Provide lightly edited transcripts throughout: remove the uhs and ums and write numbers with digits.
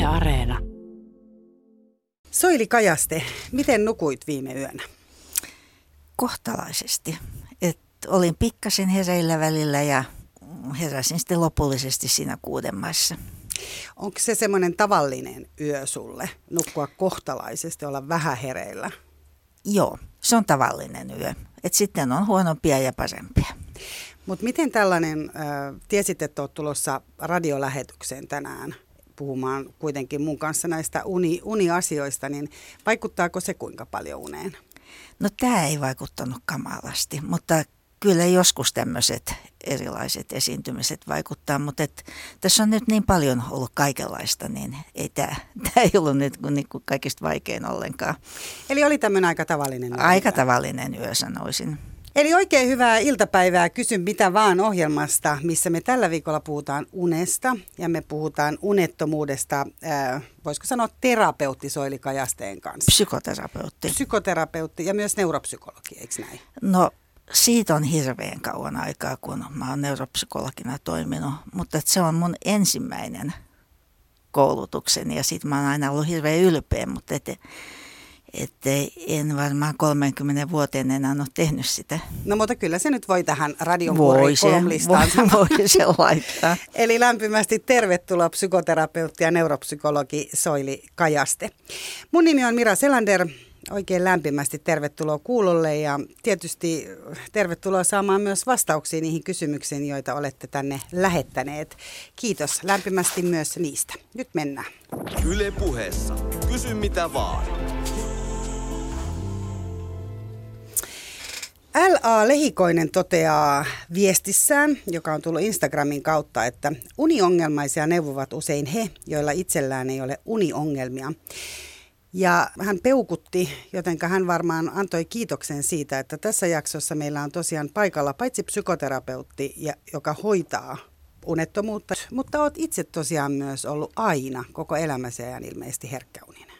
Areena. Soili Kajaste, miten nukuit viime yönä? Kohtalaisesti. Olin pikkasen hereillä välillä ja heräsin sitten lopullisesti siinä 6 maissa. Onko se semmoinen tavallinen yö sulle, nukkua kohtalaisesti, olla vähän hereillä? Joo, se on tavallinen yö. Sitten on huonompia ja parempia. Mutta miten tällainen, tiesit, että olet tulossa radiolähetykseen tänään puhumaan kuitenkin mun kanssa näistä uniasioista, niin vaikuttaako se kuinka paljon uneen? No tämä ei vaikuttanut kamalasti, mutta kyllä joskus tämmöiset erilaiset esiintymiset vaikuttaa, mutta tässä on nyt niin paljon ollut kaikenlaista, niin ei tämä ei ollut nyt niin kuin kaikista vaikein ollenkaan. Eli oli tämmöinen aika tavallinen yö. Aika tavallinen yö, sanoisin. Eli oikein hyvää iltapäivää. Kysy mitä vaan -ohjelmasta, missä me tällä viikolla puhutaan unesta ja me puhutaan unettomuudesta, voisiko sanoa terapeutti Soili Kajasteen kanssa. Psykoterapeutti ja myös neuropsykologi, eikö näin? No siitä on hirveän kauan aikaa, kun mä oon neuropsykologina toiminut, mutta se on mun ensimmäinen koulutukseni ja siitä mä oon aina ollut hirveän ylpeä, mutta en varmaan 30 vuoteen enää ole tehnyt sitä. No mutta kyllä se nyt voi tähän radion kolumnistaan voi se laittaa. Eli lämpimästi tervetuloa psykoterapeutti ja neuropsykologi Soili Kajaste. Mun nimi on Mira Selander. Oikein lämpimästi tervetuloa kuulolle ja tietysti tervetuloa saamaan myös vastauksia niihin kysymyksiin, joita olette tänne lähettäneet. Kiitos lämpimästi myös niistä. Nyt mennään. Yle Puheessa. Kysy mitä vaan. L.A. Lehikoinen toteaa viestissään, joka on tullut Instagramin kautta, että uniongelmaisia neuvovat usein he, joilla itsellään ei ole uniongelmia. Ja hän peukutti, jotenka hän varmaan antoi kiitoksen siitä, että tässä jaksossa meillä on tosiaan paikalla paitsi psykoterapeutti, joka hoitaa unettomuutta, mutta olet itse tosiaan myös ollut aina koko elämäsi ajan ilmeisesti herkkäuninen.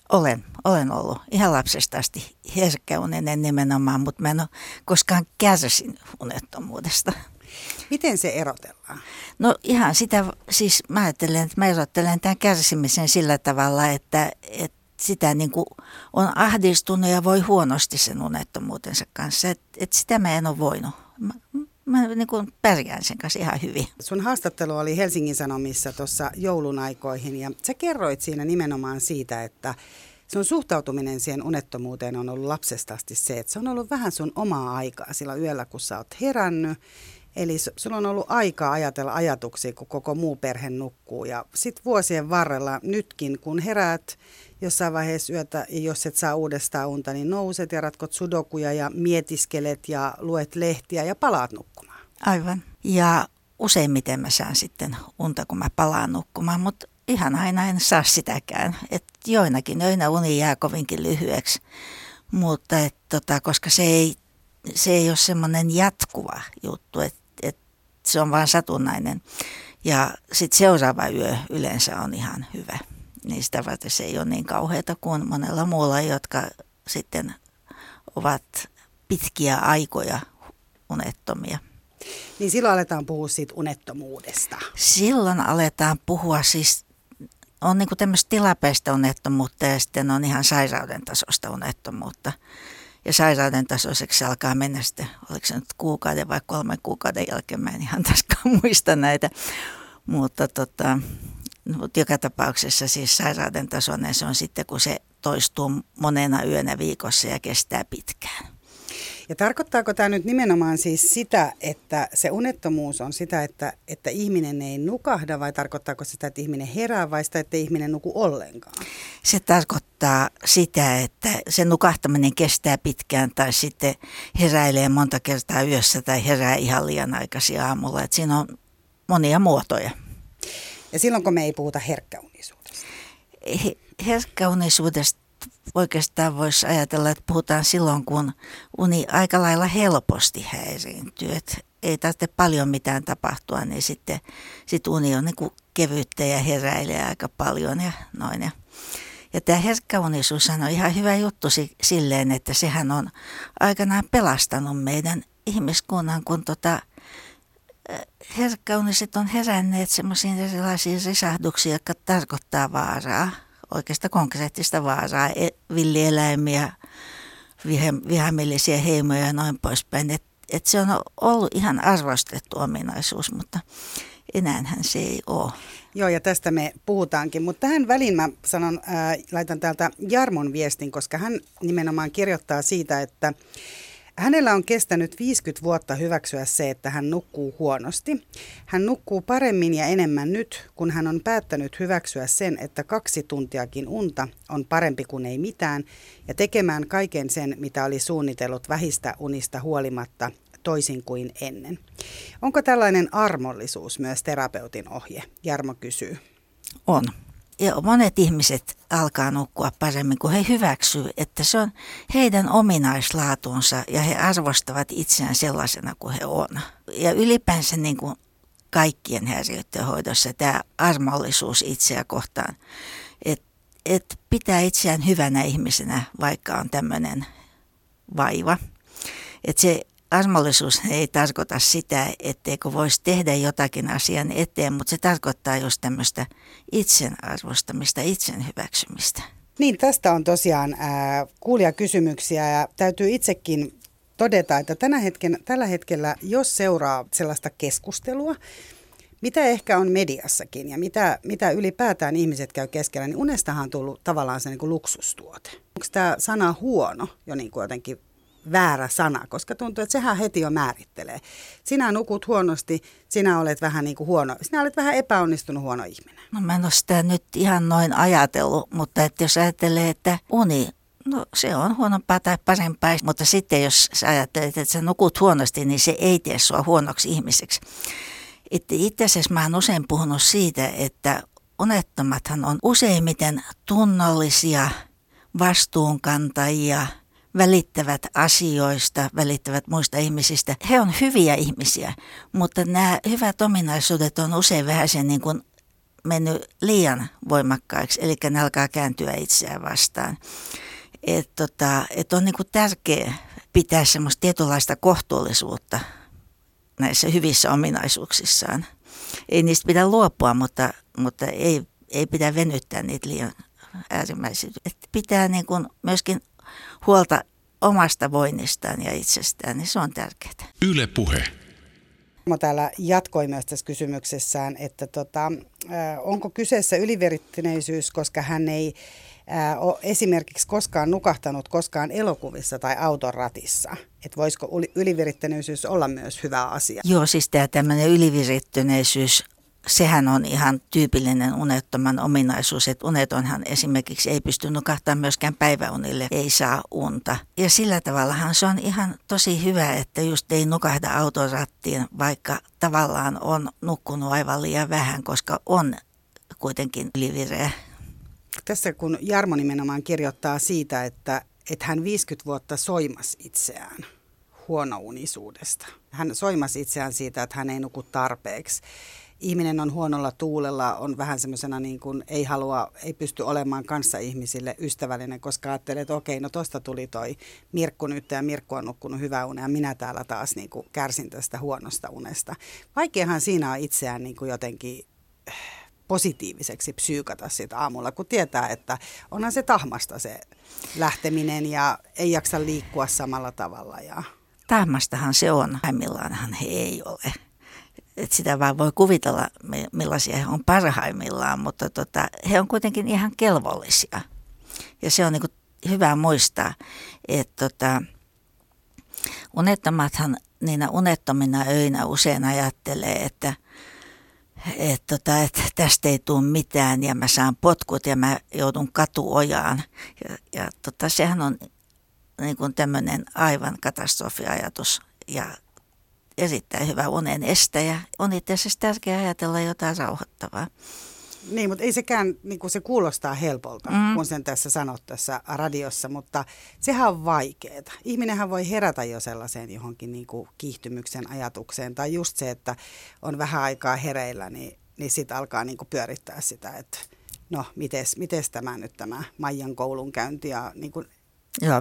Olen ollut ihan lapsesta asti herkkäuninen nimenomaan, mutta mä en ole koskaan kärsin unettomuudesta. Miten se erotellaan? No ihan sitä, siis mä ajattelen, että mä erottelen tämän kärsimisen sillä tavalla, että sitä niin kuin on ahdistunut ja voi huonosti sen unettomuutensa kanssa. Että sitä mä en ole voinut. Mä niin kuin pärjään sen kanssa ihan hyvin. Sun haastattelu oli Helsingin Sanomissa tuossa joulun aikoihin ja sä kerroit siinä nimenomaan siitä, että sun suhtautuminen siihen unettomuuteen on ollut lapsesta asti se, että se on ollut vähän sun omaa aikaa sillä yöllä, kun sä oot herännyt. Eli sulla on ollut aikaa ajatella ajatuksia, kun koko muu perhe nukkuu. Ja sitten vuosien varrella nytkin, kun heräät jossain vaiheessa yötä, ja jos et saa uudestaan unta, niin nouset ja ratkot sudokuja ja mietiskelet ja luet lehtiä ja palaat nukkumaan. Aivan. Ja useimmiten mä saan sitten unta, kun mä palaan nukkumaan, mutta ihan aina en saa sitäkään. Että joinakin öinä uni jää kovinkin lyhyeksi, mutta koska se ei ole semmoinen jatkuva juttu, että se on vaan satunnainen. Ja sitten seuraava yö yleensä on ihan hyvä. Niin sitä varten se ei ole niin kauheata kuin monella muulla, jotka sitten ovat pitkiä aikoja unettomia. Niin silloin aletaan puhua siitä unettomuudesta. Silloin aletaan puhua siis, on niin kuin tämmöistä tilapäistä unettomuutta ja sitten on ihan sairauden tasoista unettomuutta. Ja sairauden tasoiseksi alkaa mennä sitten, oliko se nyt kuukauden vai 3 kuukauden jälkeen, mä en ihan taaskaan muista näitä. Mutta joka tapauksessa siis sairauden tasoinen se on sitten, kun se toistuu monena yönä viikossa ja kestää pitkään. Ja tarkoittaako tämä nyt nimenomaan siis sitä, että se unettomuus on sitä, että ihminen ei nukahda vai tarkoittaako sitä, että ihminen herää vai sitä, että ihminen nuku ollenkaan? Se tarkoittaa sitä, että se nukahtaminen kestää pitkään tai sitten heräilee monta kertaa yössä tai herää ihan liian aikaisin aamulla. Että siinä on monia muotoja. Ja silloin kun me ei puhuta herkkäunisuudesta? Herkkäunisuudesta oikeastaan voisi ajatella, että puhutaan silloin, kun uni aika lailla helposti häiriintyy. Et ei tarvitse paljon mitään tapahtua, niin sitten uni on niin kuin kevyyttä ja heräilee aika paljon ja noin. Ja tämä herkkäunisuus on ihan hyvä juttu silleen, että sehän on aikanaan pelastanut meidän ihmiskunnan, kun herkkäuniset on heränneet semmoisiin erilaisiin risahduksiin, jotka tarkoittaa vaaraa, oikeastaan konkreettista vaaraa, villieläimiä, vihamielisiä heimoja ja noin poispäin. Et se on ollut ihan arvostettu ominaisuus, mutta enäähän se ei ole. Joo, ja tästä me puhutaankin, mutta tähän väliin mä laitan täältä Jarmon viestin, koska hän nimenomaan kirjoittaa siitä, että hänellä on kestänyt 50 vuotta hyväksyä se, että hän nukkuu huonosti. Hän nukkuu paremmin ja enemmän nyt, kun hän on päättänyt hyväksyä sen, että 2 tuntiakin unta on parempi kuin ei mitään, ja tekemään kaiken sen, mitä oli suunnitellut vähistä unista huolimatta, toisin kuin ennen. Onko tällainen armollisuus myös terapeutin ohje? Jarmo kysyy. On. Ja monet ihmiset alkaa nukkua paremmin, kun he hyväksyvät, että se on heidän ominaislaatunsa ja he arvostavat itseään sellaisena kuin he on. Ja ylipäänsä niin kuin kaikkien häiriöiden hoidossa tämä armollisuus itseä kohtaan, että pitää itseään hyvänä ihmisenä, vaikka on tämmöinen vaiva. Että se armollisuus ei tarkoita sitä, etteikö voisi tehdä jotakin asian eteen, mutta se tarkoittaa just tämmöistä itsen arvostamista, itsen hyväksymistä. Niin, tästä on tosiaan kuulijakysymyksiä ja täytyy itsekin todeta, että tällä hetkellä, jos seuraa sellaista keskustelua, mitä ehkä on mediassakin ja mitä ylipäätään ihmiset käy keskellä, niin unestahan on tullut tavallaan se niin kuin luksustuote. Onko tämä sana huono jo niin kuin jotenkin väärä sana, koska tuntuu, että sehän heti jo määrittelee. Sinä nukut huonosti, sinä olet vähän niin kuin huono, sinä olet vähän epäonnistunut huono ihminen. No mä en ole sitä nyt ihan noin ajatellut, mutta että jos ajattelee, että uni, no se on huonompaa tai parempaa, mutta sitten jos sä ajattelet, että sä nukut huonosti, niin se ei tee sua huonoksi ihmiseksi. Että itse asiassa mä oon usein puhunut siitä, että unettomathan on useimmiten tunnollisia, vastuunkantajia, välittävät asioista, välittävät muista ihmisistä. He on hyviä ihmisiä, mutta nämä hyvät ominaisuudet on usein vähän sen niin kuin mennyt liian voimakkaiksi, eli ne alkaa kääntyä itseään vastaan. Että on niin kuin tärkeää pitää semmoista tietynlaista kohtuullisuutta näissä hyvissä ominaisuuksissaan. Ei niistä pidä luopua, mutta ei pidä venyttää niitä liian äärimmäisiä. Että pitää niin kuin myöskin huolta omasta voinnistaan ja itsestään, niin se on tärkeää. Yle Puhe. Mä täällä jatkoi myös tässä kysymyksessään, että onko kyseessä ylivirittineisyys, koska hän ei ole esimerkiksi koskaan nukahtanut koskaan elokuvissa tai auton ratissa. Että voisiko ylivirittineisyys olla myös hyvä asia? Joo, siis tämä tämmöinen ylivirittineisyys, sehän on ihan tyypillinen unettoman ominaisuus, että unetonhan esimerkiksi ei pysty nukahtamaan myöskään päiväunille, ei saa unta. Ja sillä tavallahan se on ihan tosi hyvä, että just ei nukahda auton rattiin, vaikka tavallaan on nukkunut aivan liian vähän, koska on kuitenkin ylivireä. Tässä kun Jarmo nimenomaan kirjoittaa siitä, että hän 50 vuotta soimasi itseään huonounisuudesta. Hän soimasi itseään siitä, että hän ei nuku tarpeeksi. Ihminen on huonolla tuulella, on vähän semmoisena niin kuin ei pysty olemaan kanssa ihmisille ystävällinen, koska ajattelee, että okei, no tosta tuli toi Mirkku nyt ja Mirkku on nukkunut hyvää unea ja minä täällä taas niin kuin kärsin tästä huonosta unesta. Vaikeahan siinä on itseään niin kuin jotenkin positiiviseksi psyykata sitä aamulla, kun tietää, että onhan se tahmasta se lähteminen ja ei jaksa liikkua samalla tavalla. Tahmastahan se on, pahimmillaan he ei ole. Että sitä vaan voi kuvitella, millaisia he on parhaimmillaan, mutta he on kuitenkin ihan kelvollisia. Ja se on niin kuin hyvä muistaa, että unettomathan niinä unettomina öinä usein ajattelee, että tästä ei tule mitään ja mä saan potkut ja mä joudun katuojaan. Ja sehän on niin kuin tämmöinen aivan katastrofiajatus ja erittäin hyvä unen estäjä. On itse asiassa tärkeää ajatella jotain rauhoittavaa. Niin, mutta ei sekään, niin kuin se kuulostaa helpolta, kun sen tässä sanot tässä radiossa, mutta sehän on vaikeaa. Ihminenhän voi herätä jo sellaiseen johonkin niin kuin kiihtymyksen ajatukseen, tai just se, että on vähän aikaa hereillä, niin sitten alkaa niin kuin pyörittää sitä, että no, mites tämä nyt tämä Maijan koulunkäynti ja niin kuin.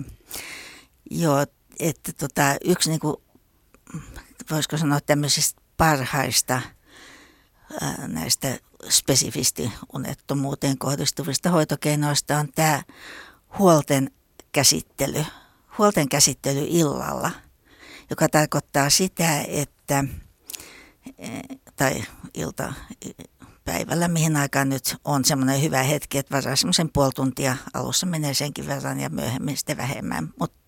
Joo, että yksi niin kuin voisiko sanoa tämmöisistä parhaista näistä spesifisti unettomuuteen kohdistuvista hoitokeinoista on tämä huolten käsittely illalla, joka tarkoittaa sitä, että tai iltapäivällä, mihin aikaan nyt on semmoinen hyvä hetki, että varaa semmoisen puoli tuntia, alussa menee senkin verran ja myöhemmin sitten vähemmän, mutta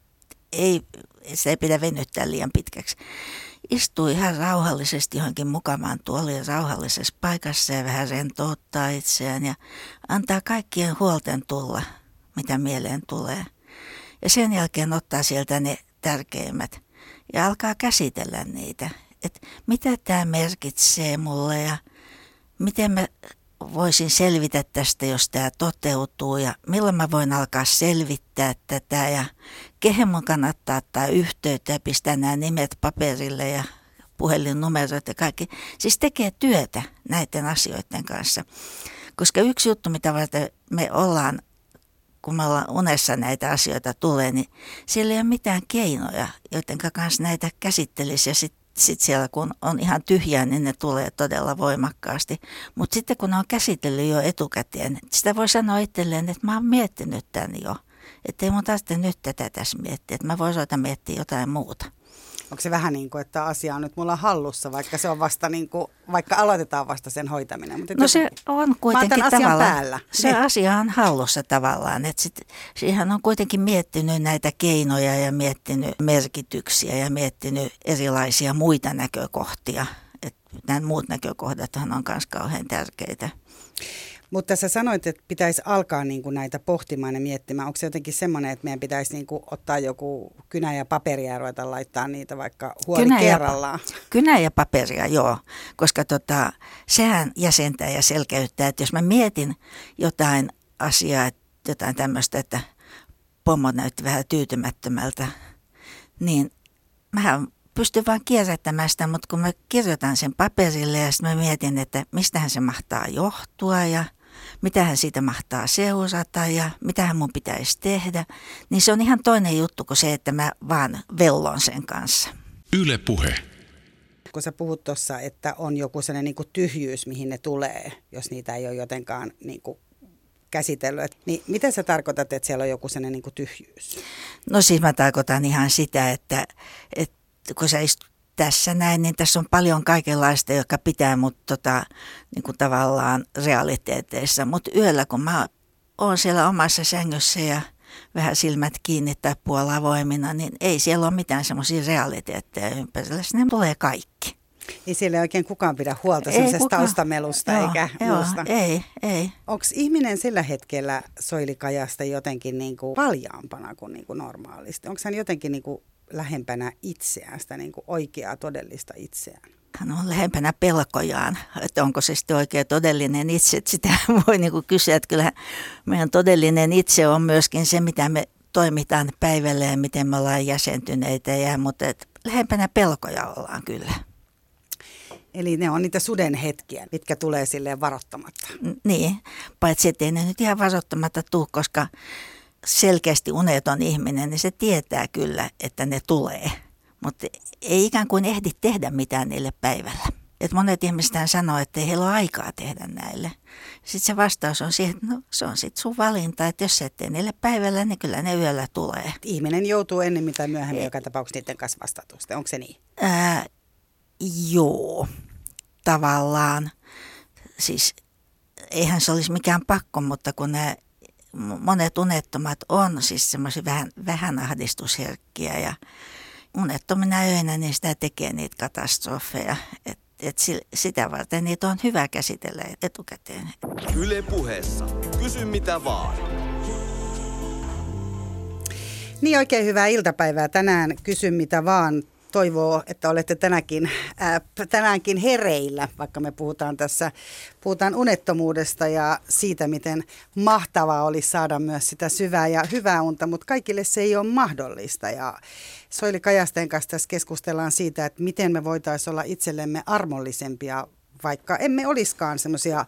se ei pidä venyttää liian pitkäksi. Istuu ihan rauhallisesti johonkin mukavaan tuoliin rauhallisessa paikassa ja vähän rentouttaa itseään ja antaa kaikkien huolten tulla, mitä mieleen tulee. Ja sen jälkeen ottaa sieltä ne tärkeimmät ja alkaa käsitellä niitä. Että mitä tämä merkitsee mulle ja miten mä voisin selvitä tästä, jos tämä toteutuu ja milloin mä voin alkaa selvittää tätä ja kehen mun kannattaa ottaa yhteyttä ja pistää nämä nimet paperille ja puhelinnumerot ja kaikki. Siis tekee työtä näiden asioiden kanssa, koska yksi juttu, mitä varten me ollaan, kun me ollaan unessa näitä asioita tulee, niin siellä ei ole mitään keinoja, joiden kanssa näitä käsittelisi ja sitten siellä kun on ihan tyhjää, niin ne tulee todella voimakkaasti. Mutta sitten kun ne on käsitellyt jo etukäteen, sitä voi sanoa itselleen, että mä oon miettinyt tämän jo. Että ei mun tarvitse nyt tätä tässä miettiä, että mä voisin miettiä jotain muuta. Onko se vähän niin kuin, että asia on nyt mulla hallussa, vaikka se on vasta niin kuin, vaikka aloitetaan vasta sen hoitaminen? Mutta no se on kuitenkin tavallaan, päällä. Se asia on hallussa tavallaan, että siihen on kuitenkin miettinyt näitä keinoja ja miettinyt merkityksiä ja miettinyt erilaisia muita näkökohtia. Että nämä muut näkökohdathan on myös kauhean tärkeitä. Mutta sä sanoit, että pitäisi alkaa niin kuin näitä pohtimaan ja miettimään. Onko se jotenkin semmoinen, että meidän pitäisi niin kuin ottaa joku kynä ja paperia ja ruveta laittaa niitä vaikka huoli kerrallaan? Kynä ja paperia, joo. Koska sehän jäsentää ja selkeyttää, että jos mä mietin jotain asiaa, jotain tämmöistä, että pommo näytti vähän tyytymättömältä, niin mähän pystyn vaan kierrättämään sitä, mutta kun mä kirjoitan sen paperille ja sitten mä mietin, että mistähän se mahtaa johtua ja mitähän siitä mahtaa seurata ja mitähän mun pitäisi tehdä, niin se on ihan toinen juttu kuin se, että mä vaan vellon sen kanssa. Yle Puhe. Kun sä puhut tuossa, että on joku sellainen niin kuin tyhjyys, mihin ne tulee, jos niitä ei ole jotenkaan niin kuin käsitellyt, niin miten sä tarkoitat, että siellä on joku sellainen niin kuin tyhjyys? No siis mä tarkoitan ihan sitä, että kun sä istut tässä näin, niin tässä on paljon kaikenlaista, joka pitää mut niin kuin tavallaan realiteeteissa. Mutta yöllä, kun mä oon siellä omassa sängyssä ja vähän silmät kiinni tai puolavoimina, niin ei siellä ole mitään semmoisia realiteetteja ympärillä. Ne tulee kaikki. Niin siellä ei oikein kukaan pidä huolta semmoisesta taustamelusta eikä muusta. Ei. Onko ihminen sillä hetkellä Soili Kajasta jotenkin niin kuin valjaampana kuin, normaalisti? Onko hän jotenkin niin kuin lähempänä itseään, sitä niin kuin oikeaa todellista itseään? Hän on lähempänä pelkojaan, että onko se sitten oikea todellinen itse, että sitä voi niin kuin kysyä, että kyllähän meidän todellinen itse on myöskin se, mitä me toimitaan päivällä ja miten me ollaan jäsentyneitä, mutta lähempänä pelkoja ollaan kyllä. Eli ne on niitä suden hetkiä, mitkä tulee silleen varoittamatta. Niin, paitsi ettei ne nyt ihan varoittamatta tule, koska selkeästi uneton ihminen, niin se tietää kyllä, että ne tulee. Mutta ei ikään kuin ehdi tehdä mitään niille päivällä. Et monet ihmiset sanoo, että ei heillä ole aikaa tehdä näille. Sitten se vastaus on siihen, että no, se on sitten sun valinta, että jos sä et tee niille päivällä, niin kyllä ne yöllä tulee. Ihminen joutuu ennemmin tai myöhemmin joka tapauksessa niiden kanssa vastatusten. Onko se niin? Joo, tavallaan. Siis eihän se olisi mikään pakko, mutta kun ne monet unettomat on siis semmoisia vähän ahdistusherkkiä ja unettomina öinä niin sitä tekee niitä katastrofeja. Sitä varten niitä on hyvä käsitellä etukäteen. Yle Puheessa. Kysy mitä vaan. Niin oikein hyvää iltapäivää. Tänään Kysy mitä vaan. Toivoo, että olette tänäänkin hereillä, vaikka me puhutaan unettomuudesta ja siitä, miten mahtavaa olisi saada myös sitä syvää ja hyvää unta, mutta kaikille se ei ole mahdollista. Ja Soili Kajasten kanssa tässä keskustellaan siitä, että miten me voitaisiin olla itsellemme armollisempia, vaikka emme olisikaan semmoisia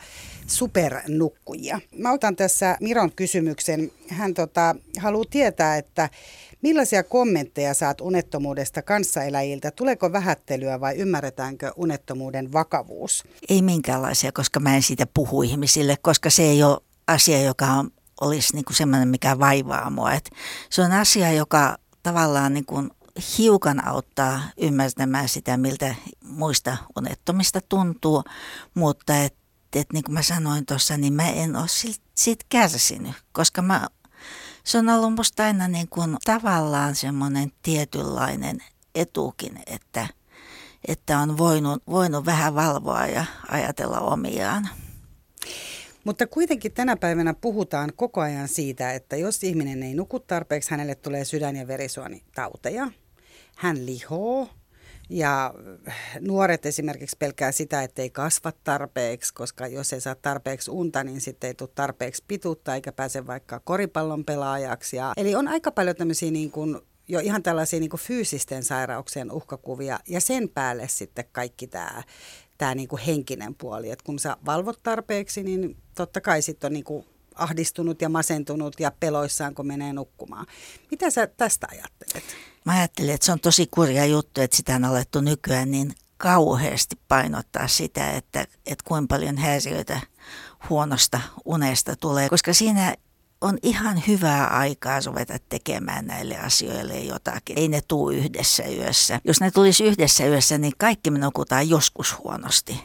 supernukkujia. Mä otan tässä Miron kysymyksen. Hän haluaa tietää, että Millaisia kommentteja saat unettomuudesta kanssaeläjiltä? Tuleeko vähättelyä vai ymmärretäänkö unettomuuden vakavuus? Ei minkäänlaisia, koska mä en siitä puhu ihmisille, koska se ei ole asia, olisi niin kuin semmoinen, mikä vaivaa mua. Et se on asia, joka tavallaan niin kuin hiukan auttaa ymmärtämään sitä, miltä muista unettomista tuntuu, mutta niin kuin mä sanoin tuossa, niin mä en ole siitä kärsinyt, koska se on ollut musta aina niin kuin tavallaan semmoinen tietynlainen etukin, että on voinut vähän valvoa ja ajatella omiaan. Mutta kuitenkin tänä päivänä puhutaan koko ajan siitä, että jos ihminen ei nuku tarpeeksi, hänelle tulee sydän- ja verisuonitauteja. Hän lihoo ja nuoret esimerkiksi pelkää sitä, että ei kasva tarpeeksi, koska jos ei saa tarpeeksi unta, niin sitten ei tule tarpeeksi pituutta eikä pääse vaikka koripallon pelaajaksi. Eli on aika paljon tämmöisiä niin kuin jo ihan tällaisia niin kuin fyysisten sairauksien uhkakuvia ja sen päälle sitten kaikki tämä niin kuin henkinen puoli. Et kun sä valvot tarpeeksi, niin totta kai sitten on niin kuin ahdistunut ja masentunut ja peloissaan, kun menee nukkumaan. Mitä sä tästä ajattelet? Mä ajattelin, että se on tosi kurja juttu, että sitä on alettu nykyään niin kauheasti painottaa sitä, että kuinka paljon häiriöitä huonosta unesta tulee, koska siinä on ihan hyvää aikaa ruveta tekemään näille asioille jotakin. Ei ne tule yhdessä yössä. Jos ne tulisi yhdessä yössä, niin kaikki me nukutaan joskus huonosti.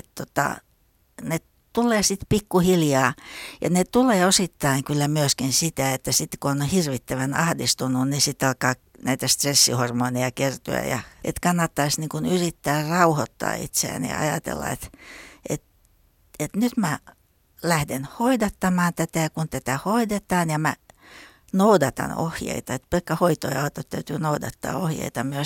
Ne tulee sitten pikkuhiljaa ja ne tulee osittain kyllä myöskin sitä, että sitten kun on hirvittävän ahdistunut, niin sitten alkaa näitä stressihormoneja kertyä ja että kannattaisi niin kuin yrittää rauhoittaa itseään ja ajatella, että nyt mä lähden hoidattamaan tätä ja kun tätä hoidetaan ja mä noudatan ohjeita, että pelkkä hoito ja auto täytyy noudattaa ohjeita myös,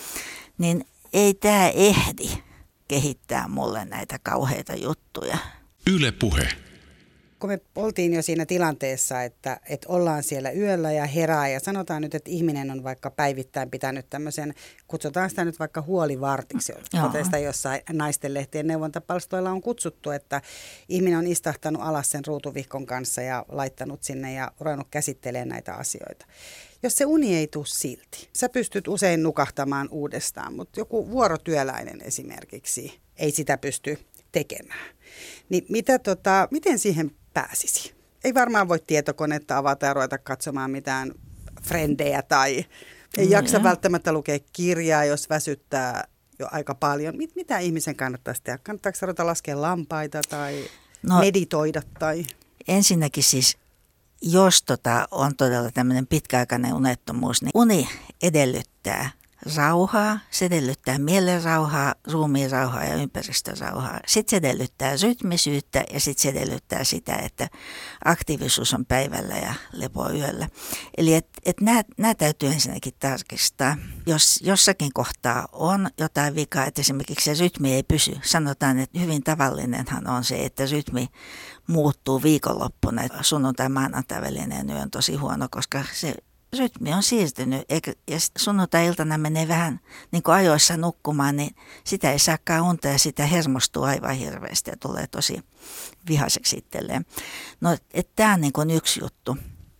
niin ei tämä ehdi kehittää mulle näitä kauheita juttuja. Yle Puhe. Kun me oltiin jo siinä tilanteessa, että ollaan siellä yöllä ja herää ja sanotaan nyt, että ihminen on vaikka päivittäin pitänyt tämmöisen, kutsutaan sitä nyt vaikka huolivartiksi, kuten sitä jossain naistenlehtien neuvontapalstoilla on kutsuttu, että ihminen on istahtanut alas sen ruutuvihkon kanssa ja laittanut sinne ja ruvennut käsittelemään näitä asioita. Jos se uni ei tule silti, sä pystyt usein nukahtamaan uudestaan, mutta joku vuorotyöläinen esimerkiksi ei sitä pysty tekemään. Niin miten siihen pääsisi? Ei varmaan voi tietokonetta avata ja ruveta katsomaan mitään frendejä tai ei jaksa välttämättä lukea kirjaa, jos väsyttää jo aika paljon. Mitä ihmisen kannattaisi tehdä? Kannattaako ruveta laskea lampaita tai meditoida? Tai? Ensinnäkin siis, jos on todella tämmöinen pitkäaikainen unettomuus, niin uni edellyttää rauhaa, se edellyttää mielen rauhaa, ruumiin rauhaa ja ympäristön rauhaa. Sitten se edellyttää rytmisyyttä ja sitten se edellyttää sitä, että aktiivisuus on päivällä ja lepo yöllä. Eli nämä täytyy ensinnäkin tarkistaa. Jos jossakin kohtaa on jotain vikaa, että esimerkiksi se rytmi ei pysy, sanotaan, että hyvin tavallinenhan on se, että rytmi muuttuu viikonloppuna. Sunnuntai-maanantai välinen yö on tosi huono, koska se rytmi on siirtynyt ja sunnuntai-iltana menee vähän niin kuin ajoissa nukkumaan, niin sitä ei saakaan unta ja sitä hermostuu aivan hirveästi ja tulee tosi vihaiseksi itselleen. No, tämä on niin kuin yksi juttu.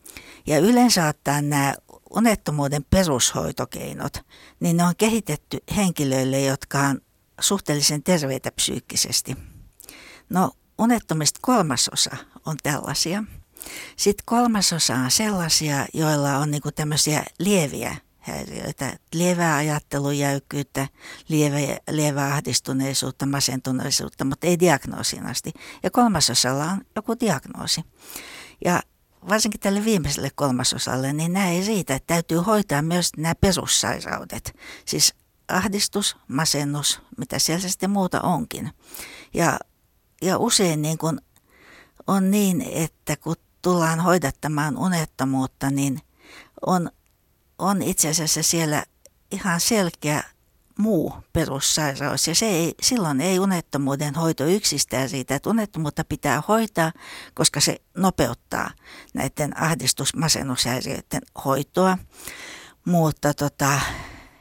Ja yleensä ottaen nämä unettomuuden perushoitokeinot, niin ne on kehitetty henkilöille, jotka on suhteellisen terveitä psyykkisesti. No, unettomista 1/3 on tällaisia. Sitten 1/3 on sellaisia, joilla on niinku tämmöisiä lieviä häiriöitä, lievää ajattelujäykkyyttä, lievää ahdistuneisuutta, masentuneisuutta, mutta ei diagnoosiin asti. Ja 1/3 on joku diagnoosi. Ja varsinkin tälle viimeiselle 1/3, niin nämä ei riitä. Täytyy hoitaa myös nämä perussairaudet, siis ahdistus, masennus, mitä siellä sitten muuta onkin. Ja usein niin kun on niin, että kun tullaan hoidattamaan unettomuutta, niin on itse asiassa siellä ihan selkeä muu perussairaus. Ja silloin ei unettomuuden hoito yksistään riitä, että unettomuutta pitää hoitaa, koska se nopeuttaa näiden ahdistus-masennushäiriöiden hoitoa. Mutta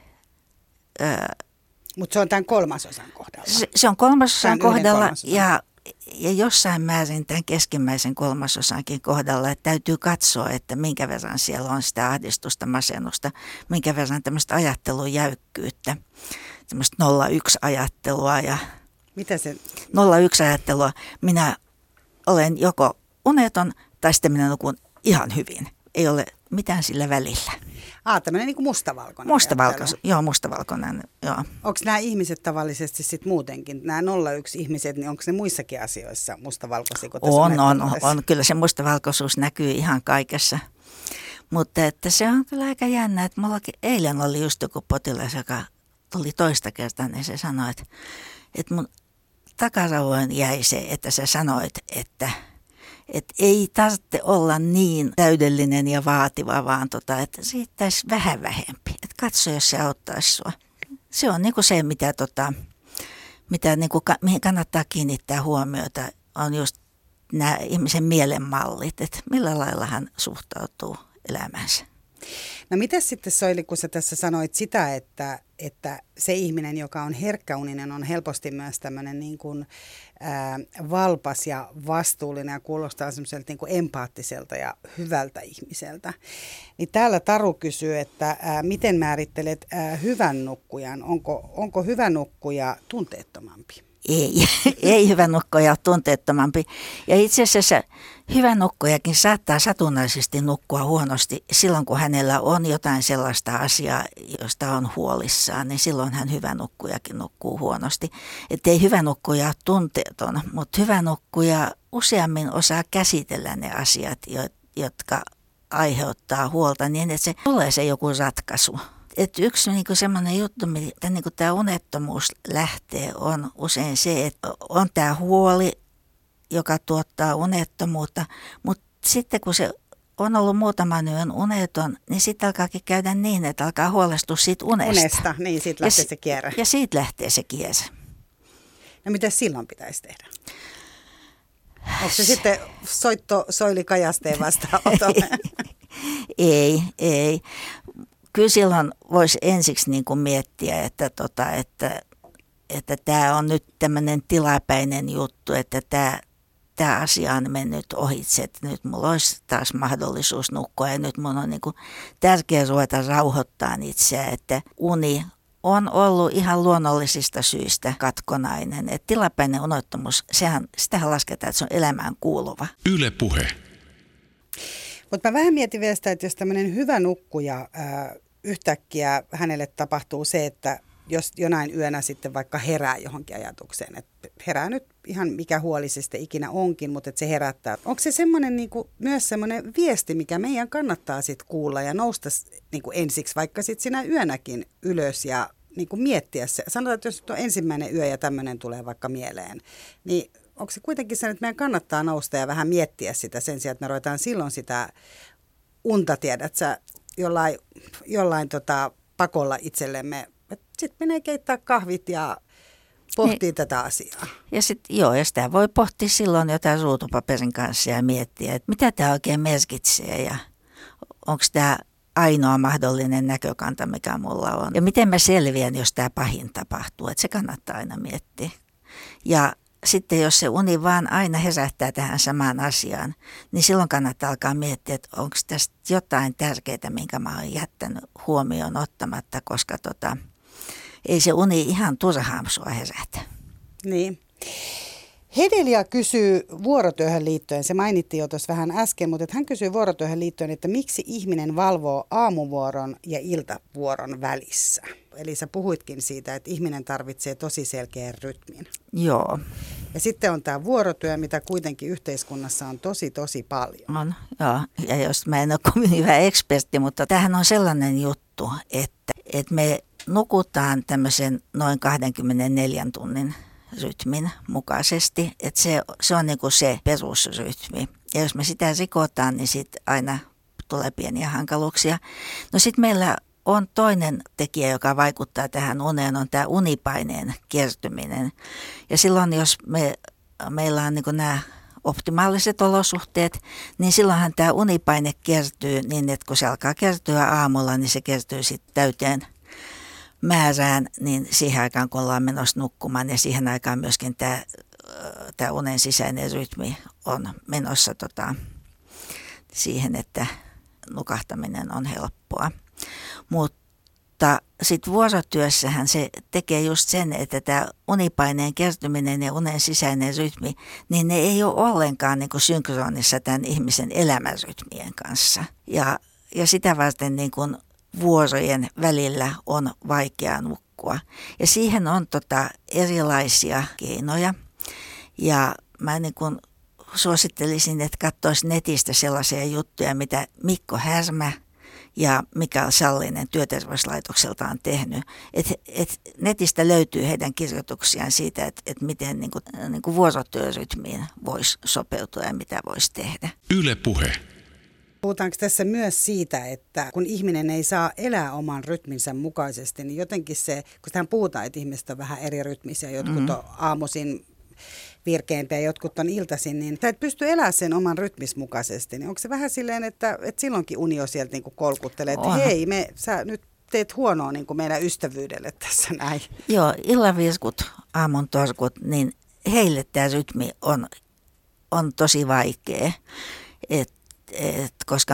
Mutta se on tämän 1/3 kohdalla. Se on 1/3 kohdalla ja jossain määrin tämän keskimmäisen kolmasosankin kohdalla, että täytyy katsoa, että minkä verran siellä on sitä ahdistusta, masennusta, minkä verran tämmöistä ajattelun jäykkyyttä, tämmöistä 0-1-ajattelua. Ja Mitä se? 0-1-ajattelua. Minä olen joko uneton tai sitten minä nukun ihan hyvin. Ei ole mitään sillä välillä. Tämmöinen niin kuin mustavalkoinen. Mustavalkoinen, joo. Onko nämä ihmiset tavallisesti sitten muutenkin, nämä 0-1-ihmiset, niin onko ne muissakin asioissa mustavalkoisia? On. Kyllä se mustavalkoisuus näkyy ihan kaikessa. Mutta että se on kyllä aika jännä, että mullakin eilen oli just joku potilas, joka tuli toista kertaa, niin se sanoi, että mun takarauvoin jäi se, että sä sanoit, että ei tarvitse olla niin täydellinen ja vaativa, vaan että riittäisi vähän vähempi. Että katso, jos se auttaisi sua. Se on niinku se, mitä niinku, mihin kannattaa kiinnittää huomiota, on just nämä ihmisen mielenmallit, että millä lailla hän suhtautuu elämäänsä. No miten sitten Soili, kun sä tässä sanoit sitä, että se ihminen, joka on herkkäuninen, on helposti myös tämmöinen niin kuin, valpas ja vastuullinen ja kuulostaa semmoiselta niin kuin empaattiselta ja hyvältä ihmiseltä. Niin täällä Taru kysyy, että miten määrittelet hyvän nukkujan? Onko hyvä nukkuja tunteettomampi? Ei hyvä nukkuja ole tunteettomampi. Ja itse asiassa hyvä nukkujakin saattaa satunnaisesti nukkua huonosti silloin, kun hänellä on jotain sellaista asiaa, josta on huolissaan, niin silloin hän hyvä nukkujakin nukkuu huonosti. Että ei hyvä nukkuja ole tunteeton, mutta hyvä nukkuja useammin osaa käsitellä ne asiat, jotka aiheuttaa huolta, niin että se tulee se joku ratkaisu. Että yksi niinku semmoinen juttu, mitä niinku tämä unettomuus lähtee, on usein se, että on tämä huoli, joka tuottaa unettomuutta, mutta sitten kun se on ollut muutaman yön uneton, niin sitten alkaakin käydä niin, että alkaa huolestua siitä unesta. Niin siitä lähtee se kierre. Ja siitä lähtee se kierre. No mitä silloin pitäisi tehdä? Onko se sitten Soili Kajasteen vastaanotolle? Ei. Kyllä silloin voisi ensiksi niin kuin miettiä, että tämä on nyt tämmöinen tilapäinen juttu, että tämä asia on mennyt ohitse, että nyt mulla olisi taas mahdollisuus nukkua ja nyt mun on niin kuin tärkeää ruveta rauhoittaa itseä, että uni on ollut ihan luonnollisista syistä katkonainen. Että tilapäinen unettomuus, sitähän lasketaan, että se on elämään kuuluva. Yle Puhe. Mutta mä vähän mietin vielä sitä, että jos tämmöinen hyvä nukkuja yhtäkkiä hänelle tapahtuu se, että jos jonain yönä sitten vaikka herää johonkin ajatukseen, että herää nyt ihan mikä huoli se sitten ikinä onkin, mutta että se herättää. Onko se semmoinen myös semmoinen viesti, mikä meidän kannattaa sitten kuulla ja nousta ensiksi vaikka sitten sinä yönäkin ylös ja miettiä se. Sanotaan, että jos on ensimmäinen yö ja tämmöinen tulee vaikka mieleen, niin onko se kuitenkin se, että meidän kannattaa nousta ja vähän miettiä sitä sen sijaan, että me ruvetaan silloin sitä unta, tiedät sä, jollain pakolla itsellemme. Sitten menee keittää kahvit ja pohtii tätä asiaa. Ja sitten ja sitä voi pohtia silloin jotain ruutupaperin kanssa ja miettiä, että mitä tämä oikein merkitsee ja onko tämä ainoa mahdollinen näkökanta, mikä mulla on. Ja miten mä selviän, jos tämä pahin tapahtuu, että se kannattaa aina miettiä. Ja sitten jos se uni vaan aina herättää tähän samaan asiaan, niin silloin kannattaa alkaa miettiä, että onko tästä jotain tärkeää, minkä mä oon jättänyt huomioon ottamatta, koska ei se uni ihan turhaan sua herätä. Niin. Hedelia kysyy vuorotyöhön liittyen, se mainittiin jo tuossa vähän äsken, mutta hän kysyy vuorotyöhön liittyen, että miksi ihminen valvoo aamuvuoron ja iltavuoron välissä? Eli sä puhuitkin siitä, että ihminen tarvitsee tosi selkeän rytmin. Joo. Ja sitten on tämä vuorotyö, mitä kuitenkin yhteiskunnassa on tosi paljon. On, joo. Ja jos mä en ole kovin hyvä ekspertti, mutta tämähän on sellainen juttu, että me nukutaan tämmöisen noin 24 tunnin rytmin mukaisesti, että se on niin kuin se perusrytmi. Ja jos me sitä rikotaan, niin sitten aina tulee pieniä hankaluuksia. No sitten meillä on toinen tekijä, joka vaikuttaa tähän uneen, on tämä unipaineen kertyminen. Ja silloin, jos meillä on niin kuin nämä optimaaliset olosuhteet, niin silloinhan tämä unipaine kertyy niin, että kun se alkaa kertyä aamulla, niin se kertyy sitten täyteen määrään, niin siihen aikaan, kun ollaan menossa nukkumaan, ja siihen aikaan myöskin tämä tämä unen sisäinen rytmi on menossa siihen, että nukahtaminen on helppoa. Mutta sitten vuorotyössähän se tekee just sen, että tämä unipaineen kertyminen ja unen sisäinen rytmi, niin ne ei ole ollenkaan niin kuin synkronissa tämän ihmisen elämänrytmien kanssa. Ja sitä varten niin kuin vuorojen välillä on vaikea nukkua. Ja siihen on erilaisia keinoja. Ja mä niin kuin suosittelisin, että katsoisi netistä sellaisia juttuja, mitä Mikko Härmä ja Mikael Sallinen Työterveyslaitokselta on tehnyt. Et netistä löytyy heidän kirjoituksiaan siitä, että miten niin kuin vuorotyörytmiin voisi sopeutua ja mitä voisi tehdä. Yle Puhe. Puhutaanko tässä myös siitä, että kun ihminen ei saa elää oman rytminsä mukaisesti, niin jotenkin se, kun tähän puhutaan, että ihmiset on vähän eri rytmisiä, jotkut on aamuisin virkeämpiä, jotkut on iltaisin, niin sä et pysty elämään sen oman rytmis mukaisesti. Niin onko se vähän silleen, että silloinkin uni on sieltä niin kuin kolkuttelee, että hei, sä nyt teet huonoa niin kuin meidän ystävyydelle tässä näin. Joo, illanvirkut, aamun torkut, niin heille tämä rytmi on tosi vaikea, koska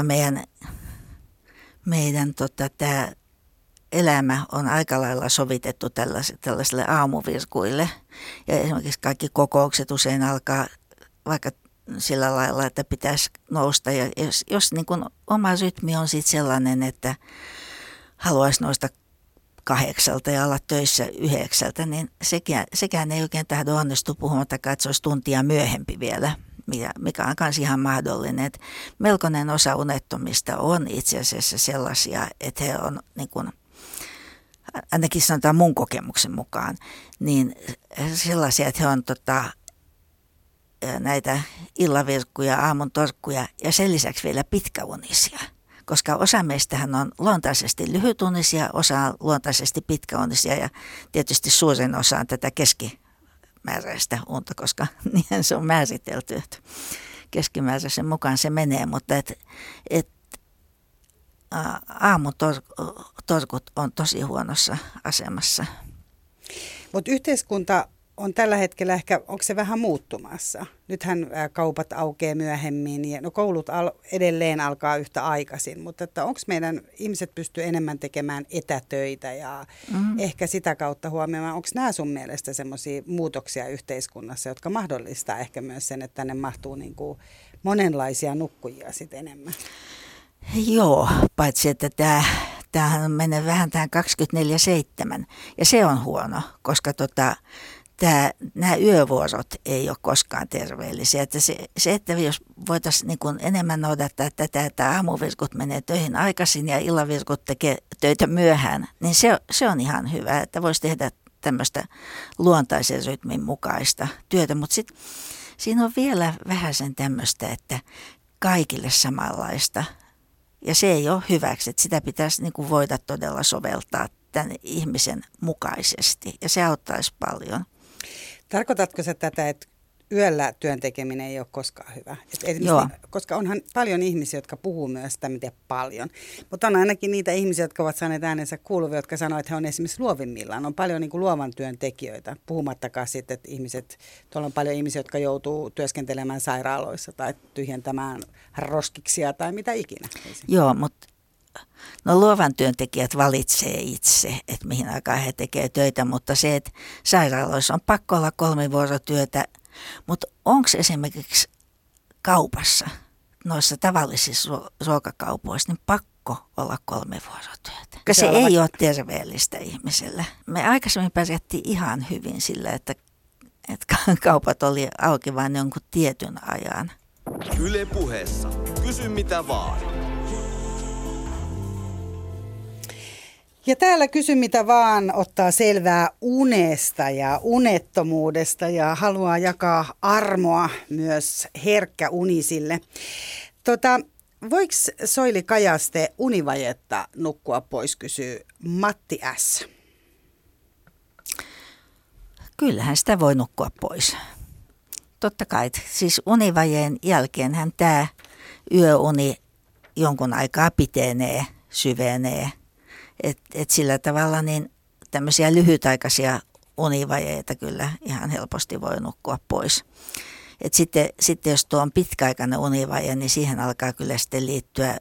meidän tämä elämä on aika lailla sovitettu tällaisille aamuvirkuille. Ja esimerkiksi kaikki kokoukset usein alkaa vaikka sillä lailla, että pitäisi nousta. Ja jos niin kuin oma rytmi on sitten sellainen, että haluaisi nousta 8 ja olla töissä 9, niin sekään ei oikein tahdo onnistu, puhumattakaan, että se olisi tuntia myöhempi vielä, mikä on myös ihan mahdollinen. Että melkoinen osa unettomista on itse asiassa sellaisia, että he on niin kuin, ainakin sanotaan mun kokemuksen mukaan, niin sellaisia, että he on näitä illavirkkuja, aamun torkkuja ja sen lisäksi vielä pitkäunisia. Koska osa meistähän on luontaisesti lyhytunisia, osa on luontaisesti pitkäunisia ja tietysti suurin osa on tätä keskimääräistä unta, koska niinhän se on määritelty, että keskimääräisen mukaan se menee, mutta aamutorkut on tosi huonossa asemassa. Mutta yhteiskunta on tällä hetkellä ehkä, onko se vähän muuttumassa? Nythän kaupat aukeaa myöhemmin ja koulut edelleen alkaa yhtä aikaisin, mutta että onko meidän ihmiset pystyy enemmän tekemään etätöitä ja ehkä sitä kautta huomioimaan, onko nämä sun mielestä semmoisia muutoksia yhteiskunnassa, jotka mahdollistaa ehkä myös sen, että tänne mahtuu niin kuin monenlaisia nukkujia sitten enemmän? Joo, paitsi että tämähän menee vähän tähän 24/7 ja se on huono, koska nämä yövuorot ei ole koskaan terveellisiä. Että että jos voitaisiin niin kuin enemmän noudattaa tätä, että aamuvirkut menee töihin aikaisin ja illanvirkut tekee töitä myöhään, niin se on ihan hyvä, että voisi tehdä tämmöistä luontaisen rytmin mukaista työtä. Mutta sitten siinä on vielä vähän sen tämmöistä, että kaikille samanlaista. Ja se ei ole hyväksi, että sitä pitäisi niin kuin voida todella soveltaa tämän ihmisen mukaisesti ja se auttaisi paljon. Tarkoitatko sä tätä, että yöllä työn tekeminen ei ole koskaan hyvä? Koska onhan paljon ihmisiä, jotka puhuu myös sitä, miten paljon. Mutta on ainakin niitä ihmisiä, jotka ovat saaneet äänensä kuuluvia, jotka sanoo, että he on esimerkiksi luovimmillaan. On paljon niin kuin luovan työn tekijöitä, puhumattakaan sitten, että tuolla on paljon ihmisiä, jotka joutuu työskentelemään sairaaloissa tai tyhjentämään roskiksia tai mitä ikinä. Joo, mutta luovan työntekijät valitsee itse, että mihin aikaan he tekevät töitä, mutta se, että sairaaloissa on pakko olla 3-vuorotyötä, mutta onko esimerkiksi kaupassa, noissa tavallisissa ruokakaupoissa, niin pakko olla 3-vuorotyötä? Koska se ei ole terveellistä ihmiselle. Me aikaisemmin pärjättiin ihan hyvin sillä, että kaupat oli auki vain jonkun tietyn ajan. Yle Puheessa. Kysy mitä vaan. Ja täällä Kysy mitä vaan ottaa selvää unesta ja unettomuudesta ja haluaa jakaa armoa myös herkkäunisille. Voiko Soili Kajaste univajetta nukkua pois, kysyy Matti S. Kyllähän sitä voi nukkua pois. Totta kai. Siis univajeen jälkeenhän tämä yöuni jonkun aikaa pitenee, syvenee. Et sillä tavalla niin tämmöisiä lyhytaikaisia univajeita kyllä ihan helposti voi nukkua pois. Et sitten jos tuo on pitkäaikainen univaje, niin siihen alkaa kyllä sitten liittyä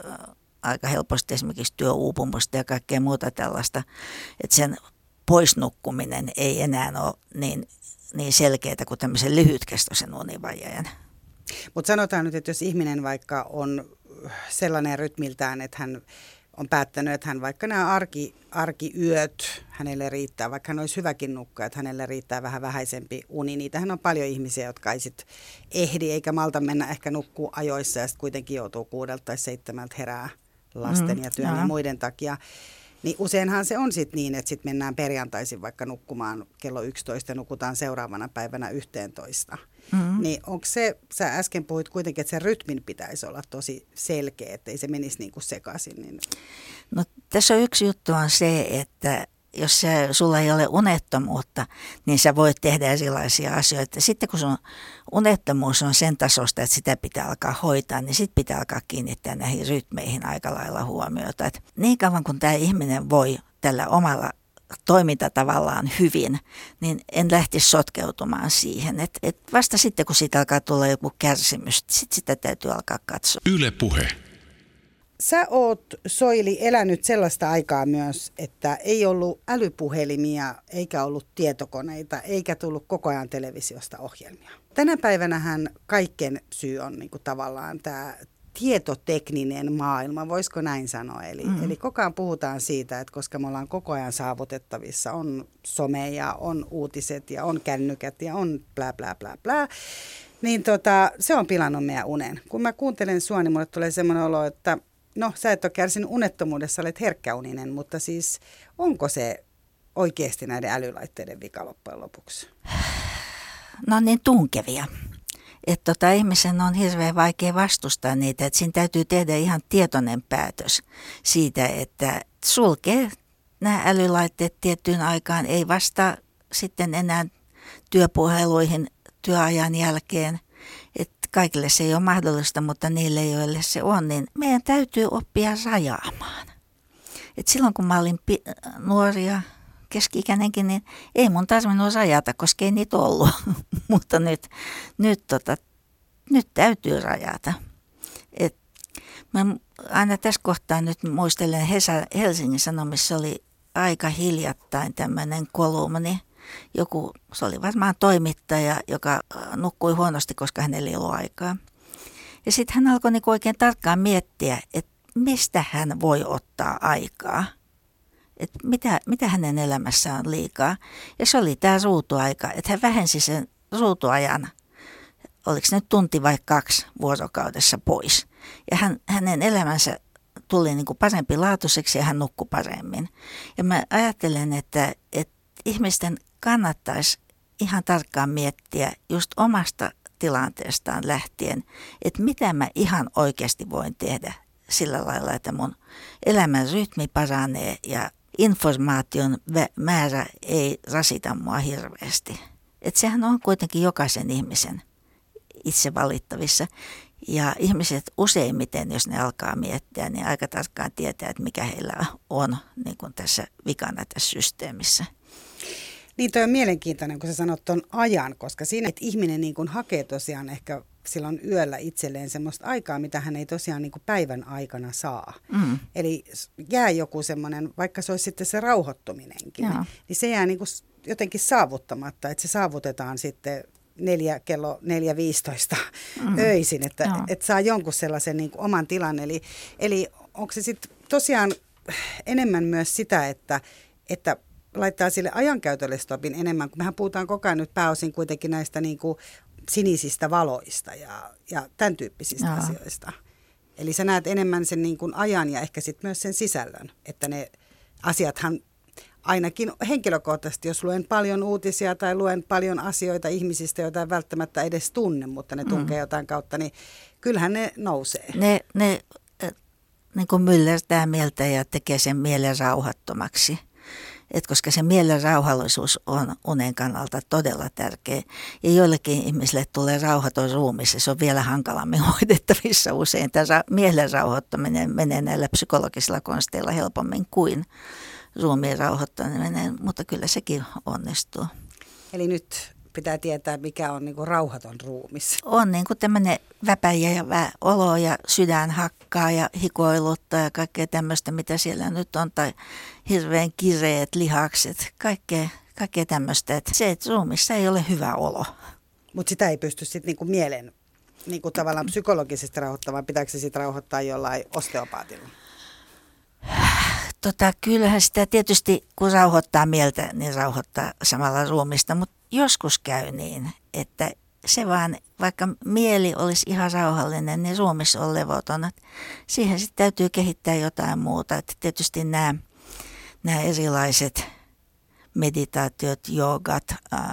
aika helposti esimerkiksi työuupumusta ja kaikkea muuta tällaista. Että sen poisnukkuminen ei enää ole niin selkeää kuin tämmöisen lyhytkestoisen univajeen. Mutta sanotaan nyt, että jos ihminen vaikka on sellainen rytmiltään, että hän on päättänyt, että hän vaikka nämä arkiyöt hänelle riittää, vaikka hän olisi hyväkin nukkaa, että hänelle riittää vähän vähäisempi uni. Niitähän on paljon ihmisiä, jotka ei sit ehdi eikä malta mennä ehkä nukkua ajoissa ja sitten kuitenkin joutuu 6 tai 7 herää lasten ja työn ja muiden takia. Niin useinhan se on sitten niin, että sitten mennään perjantaisin vaikka nukkumaan kello 11 ja nukutaan seuraavana päivänä 11. Niin onko se, sä äsken puhuit kuitenkin, että se rytmin pitäisi olla tosi selkeä, että ei se menisi niin kuin sekaisin. Niin. No tässä on yksi juttu on se, että jos sulla ei ole unettomuutta, niin sä voit tehdä erilaisia asioita. Sitten kun sun unettomuus on sen tasosta, että sitä pitää alkaa hoitaa, niin sitten pitää alkaa kiinnittää näihin rytmeihin aika lailla huomiota. Et niin kauan kun tämä ihminen voi tällä omalla toimintatavallaan hyvin, niin en lähtisi sotkeutumaan siihen. Et vasta sitten, kun siitä alkaa tulla joku kärsimys, sitten sitä täytyy alkaa katsoa. Yle Puhe. Sä oot, Soili, elänyt sellaista aikaa myös, että ei ollut älypuhelimia, eikä ollut tietokoneita, eikä tullut koko ajan televisiosta ohjelmia. Tänä päivänähän kaiken syy on niin kuin tavallaan tämä tietotekninen maailma, voisiko näin sanoa? Eli koko ajan puhutaan siitä, että koska me ollaan koko ajan saavutettavissa, on some ja on uutiset ja on kännykät ja on blää blää blää blää, niin se on pilannut meidän unen. Kun mä kuuntelen sua, niin mulle tulee semmoinen olo, että no, sä et ole kärsinyt unettomuudessa, olet herkkäuninen, mutta siis onko se oikeasti näiden älylaitteiden vika loppujen lopuksi? No niin tunkevia. Että ihmisen on hirveän vaikea vastustaa niitä, että siinä täytyy tehdä ihan tietoinen päätös siitä, että sulkee nämä älylaitteet tiettyyn aikaan, ei vastaa sitten enää työpuheluihin työajan jälkeen. Että kaikille se ei ole mahdollista, mutta niille, joille se on, niin meidän täytyy oppia rajaamaan. Et silloin kun mä olin nuoria, keski-ikäinenkin, niin ei mun tarvinnut rajata, koska ei niitä ollut. Mutta nyt täytyy rajata. Et mä aina tässä kohtaa nyt muistelen Helsingin Sanomissa oli aika hiljattain tämmöinen kolumni. Se oli varmaan toimittaja, joka nukkui huonosti, koska hänellä ei ollut aikaa. Ja sitten hän alkoi niinku oikein tarkkaan miettiä, että mistä hän voi ottaa aikaa. Että mitä hänen elämässään on liikaa. Ja se oli tämä ruutuaika, että hän vähensi sen ruutuajan, oliko se nyt tunti vai 2 vuorokaudessa pois. Ja hänen elämänsä tuli niinku parempi laatuiseksi ja hän nukkui paremmin. Ja mä ajattelen, että ihmisten kannattaisi ihan tarkkaan miettiä just omasta tilanteestaan lähtien, että mitä mä ihan oikeasti voin tehdä sillä lailla, että mun elämän rytmi paranee ja informaation määrä ei rasita mua hirveästi. Että sehän on kuitenkin jokaisen ihmisen itse valittavissa. Ja ihmiset useimmiten, jos ne alkaa miettiä, niin aika tarkkaan tietää, että mikä heillä on niin kuin tässä vikana tässä systeemissä. Niin toi on mielenkiintoinen, kun sä sanot ton ajan, koska siinä, että ihminen niin kuin hakee tosiaan ehkä silloin yöllä itselleen semmoista aikaa, mitä hän ei tosiaan niin kuin päivän aikana saa. Eli jää joku semmoinen, vaikka se olisi sitten se rauhoittuminenkin, niin se jää niin kuin jotenkin saavuttamatta, että se saavutetaan sitten kello 4.15 öisin, että saa jonkun sellaisen niin kuin oman tilan. Eli onko se sitten tosiaan enemmän myös sitä, että laittaa sille ajankäytölle stopin enemmän, kun mehän puhutaan koko ajan nyt pääosin kuitenkin näistä niin kuin sinisistä valoista ja tämän tyyppisistä asioista. Eli sä näet enemmän sen niin kuin ajan ja ehkä sitten myös sen sisällön, että ne asiathan ainakin henkilökohtaisesti, jos luen paljon uutisia tai luen paljon asioita ihmisistä, joita en välttämättä edes tunne, mutta ne tunkee jotain kautta, niin kyllähän ne nousee. Ne niin kuin myllertää mieltä ja tekee sen mielen rauhattomaksi. Koska se mielen rauhallisuus on unen kannalta todella tärkeä. Ja joillekin ihmisille tulee rauhaton ruumis ja se on vielä hankalammin hoidettavissa usein. Tämä mielen rauhoittaminen menee näillä psykologisilla konsteilla helpommin kuin ruumiin rauhoittaminen, mutta kyllä sekin onnistuu. Eli nyt pitää tietää, mikä on niinku rauhaton ruumis. On niin kuin tämmöinen väpäjä ja olo ja sydän hakkaa ja hikoiluttaa ja kaikkea tämmöistä, mitä siellä nyt on, tai hirveän kireet lihakset, kaikkea tämmöistä. Että se, että ruumissa ei ole hyvä olo. Mutta sitä ei pysty sitten niinku mielen niinku tavallaan psykologisesti rauhoittamaan. Pitääkö se sitten rauhoittaa jollain osteopaatilla? Kyllähän sitä tietysti, kun rauhoittaa mieltä, niin rauhoittaa samalla ruumista, mutta joskus käy niin, että se vaan, vaikka mieli olisi ihan rauhallinen, niin ruumis on levoton. Siihen sitten täytyy kehittää jotain muuta. Että tietysti nämä erilaiset meditaatiot, joogat,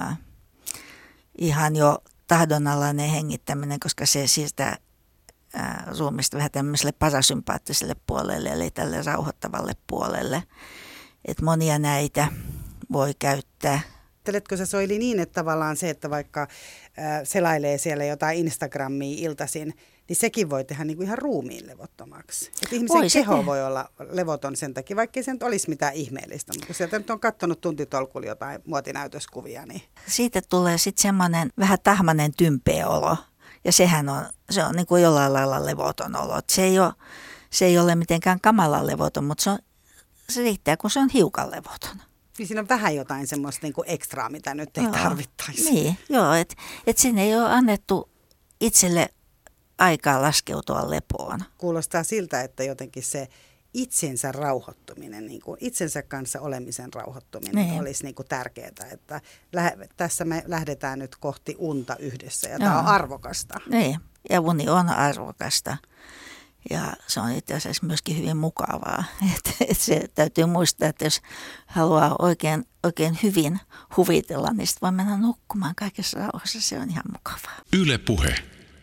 ihan jo tahdonalainen hengittäminen, koska se siirtää ruumista vähän tämmöiselle parasympaattiselle puolelle, eli tälle rauhoittavalle puolelle. Että monia näitä voi käyttää. Ajatteletko sä, Soili, niin, että tavallaan se, että vaikka selailee siellä jotain Instagramia iltaisin, niin sekin voi tehdä niin kuin ihan ruumiin levottomaksi. Että ihmisen keho voi olla levoton sen takia, vaikka ei se nyt olisi mitään ihmeellistä. Mutta kun sieltä nyt on katsonut tuntitolkulla jotain muotinäytöskuvia, niin siitä tulee sitten semmoinen vähän tahmainen tympeä olo. Ja se on niin kuin jollain lailla levoton olo. Se ei ole mitenkään kamala levoton, mutta se riittää, kun se on hiukan levoton. Niin siinä on vähän jotain semmoista niin kuin ekstraa, mitä nyt ei tarvittaisi. Niin, joo, että sinne ei ole annettu itselle aikaa laskeutua lepoon. Kuulostaa siltä, että jotenkin se itsensä rauhoittuminen, niin kuin itsensä kanssa olemisen rauhoittuminen olisi niin kuin tärkeää. Että tässä me lähdetään nyt kohti unta yhdessä ja tämä on arvokasta. Niin, ja uni on arvokasta. Ja se on itse asiassa myöskin hyvin mukavaa. Et se täytyy muistaa, että jos haluaa oikein hyvin huvitella, niin sitten voi mennä nukkumaan kaikessa rauhassa. Se on ihan mukavaa. Yle Puhe.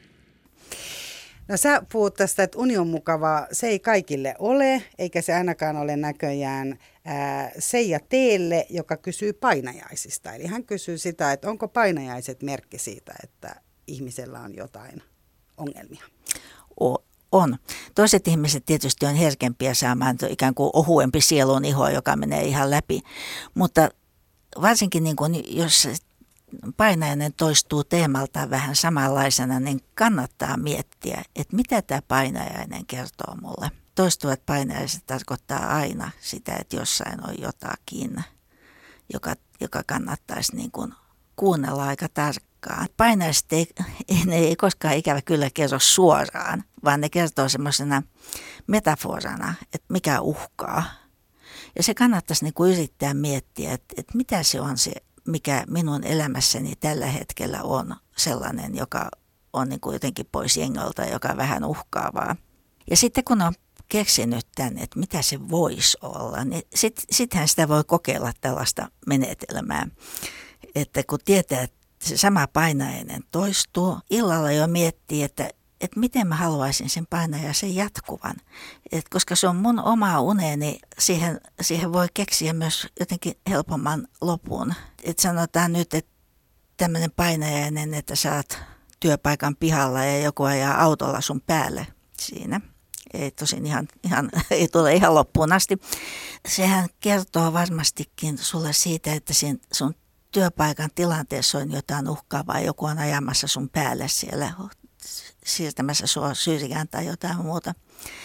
No sä puhut tästä, että uni on mukavaa. Se ei kaikille ole, eikä se ainakaan ole näköjään Seija Teelle, joka kysyy painajaisista. Eli hän kysyy sitä, että onko painajaiset merkki siitä, että ihmisellä on jotain ongelmia? On. Toiset ihmiset tietysti on herkempiä saamaan ikään kuin ohuempi sielun ihoa, joka menee ihan läpi. Mutta varsinkin niin kun, jos painajainen toistuu teemaltaan vähän samanlaisena, niin kannattaa miettiä, että mitä tämä painajainen kertoo mulle. Toistuvat painajaiset tarkoittaa aina sitä, että jossain on jotakin, joka kannattaisi niin kuin kuunnella aika tarkkaan. Painajaiset ei koskaan ikävä kyllä kerro suoraan, vaan ne kertoo semmoisena metaforana, että mikä uhkaa. Ja se kannattaisi niin kuin yrittää miettiä, että mitä se on se, mikä minun elämässäni tällä hetkellä on sellainen, joka on niin kuin jotenkin pois jengolta, joka vähän uhkaavaa. Ja sitten kun on keksinyt tämän, että mitä se voisi olla, niin sittenhän sitä voi kokeilla tällaista menetelmää. Että kun tietää, että se sama painajainen toistuu, illalla jo miettii, että miten mä haluaisin sen painajaisen jatkuvan. Koska se on mun oma uneni, siihen voi keksiä myös jotenkin helpomman lopun. Sanotaan nyt, että tämmöinen painajainen, että sä oot työpaikan pihalla ja joku ajaa autolla sun päälle siinä. Ei tosin ei tule ihan loppuun asti. Sehän kertoo varmastikin sulle siitä, että sun työpaikan tilanteessa on jotain uhkaavaa. Joku on ajamassa sun päälle siellä, siirtämässä sua syrjään tai jotain muuta.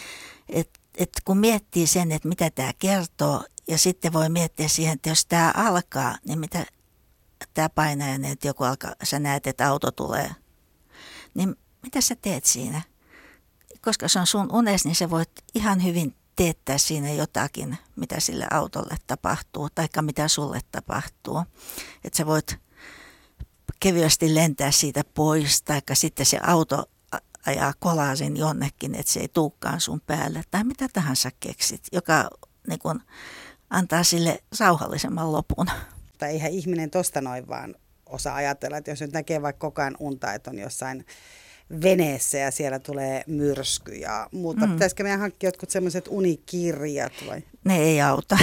Et kun miettii sen, että mitä tämä kertoo, ja sitten voi miettiä siihen, että jos tämä alkaa, niin mitä tämä painajainen, että joku alkaa, sä näet, että auto tulee, niin mitä sä teet siinä? Koska se on sun unes, niin sä voit ihan hyvin teettää siinä jotakin, mitä sille autolle tapahtuu, taikka mitä sulle tapahtuu. Että sä voit kevyesti lentää siitä pois, taikka sitten se auto ajaa kolaasin jonnekin, että se ei tulekaan sun päälle, tai mitä tahansa keksit, joka niin kun antaa sille rauhallisemman lopun. Tai eihän ihminen tosta noin vaan osaa ajatella, että jos nyt näkee vaikka koko ajan unta, että on jossain veneessä ja siellä tulee myrsky ja muuta. Pitäisikö meidän hankkia jotkut sellaiset unikirjat vai? Ne ei auta.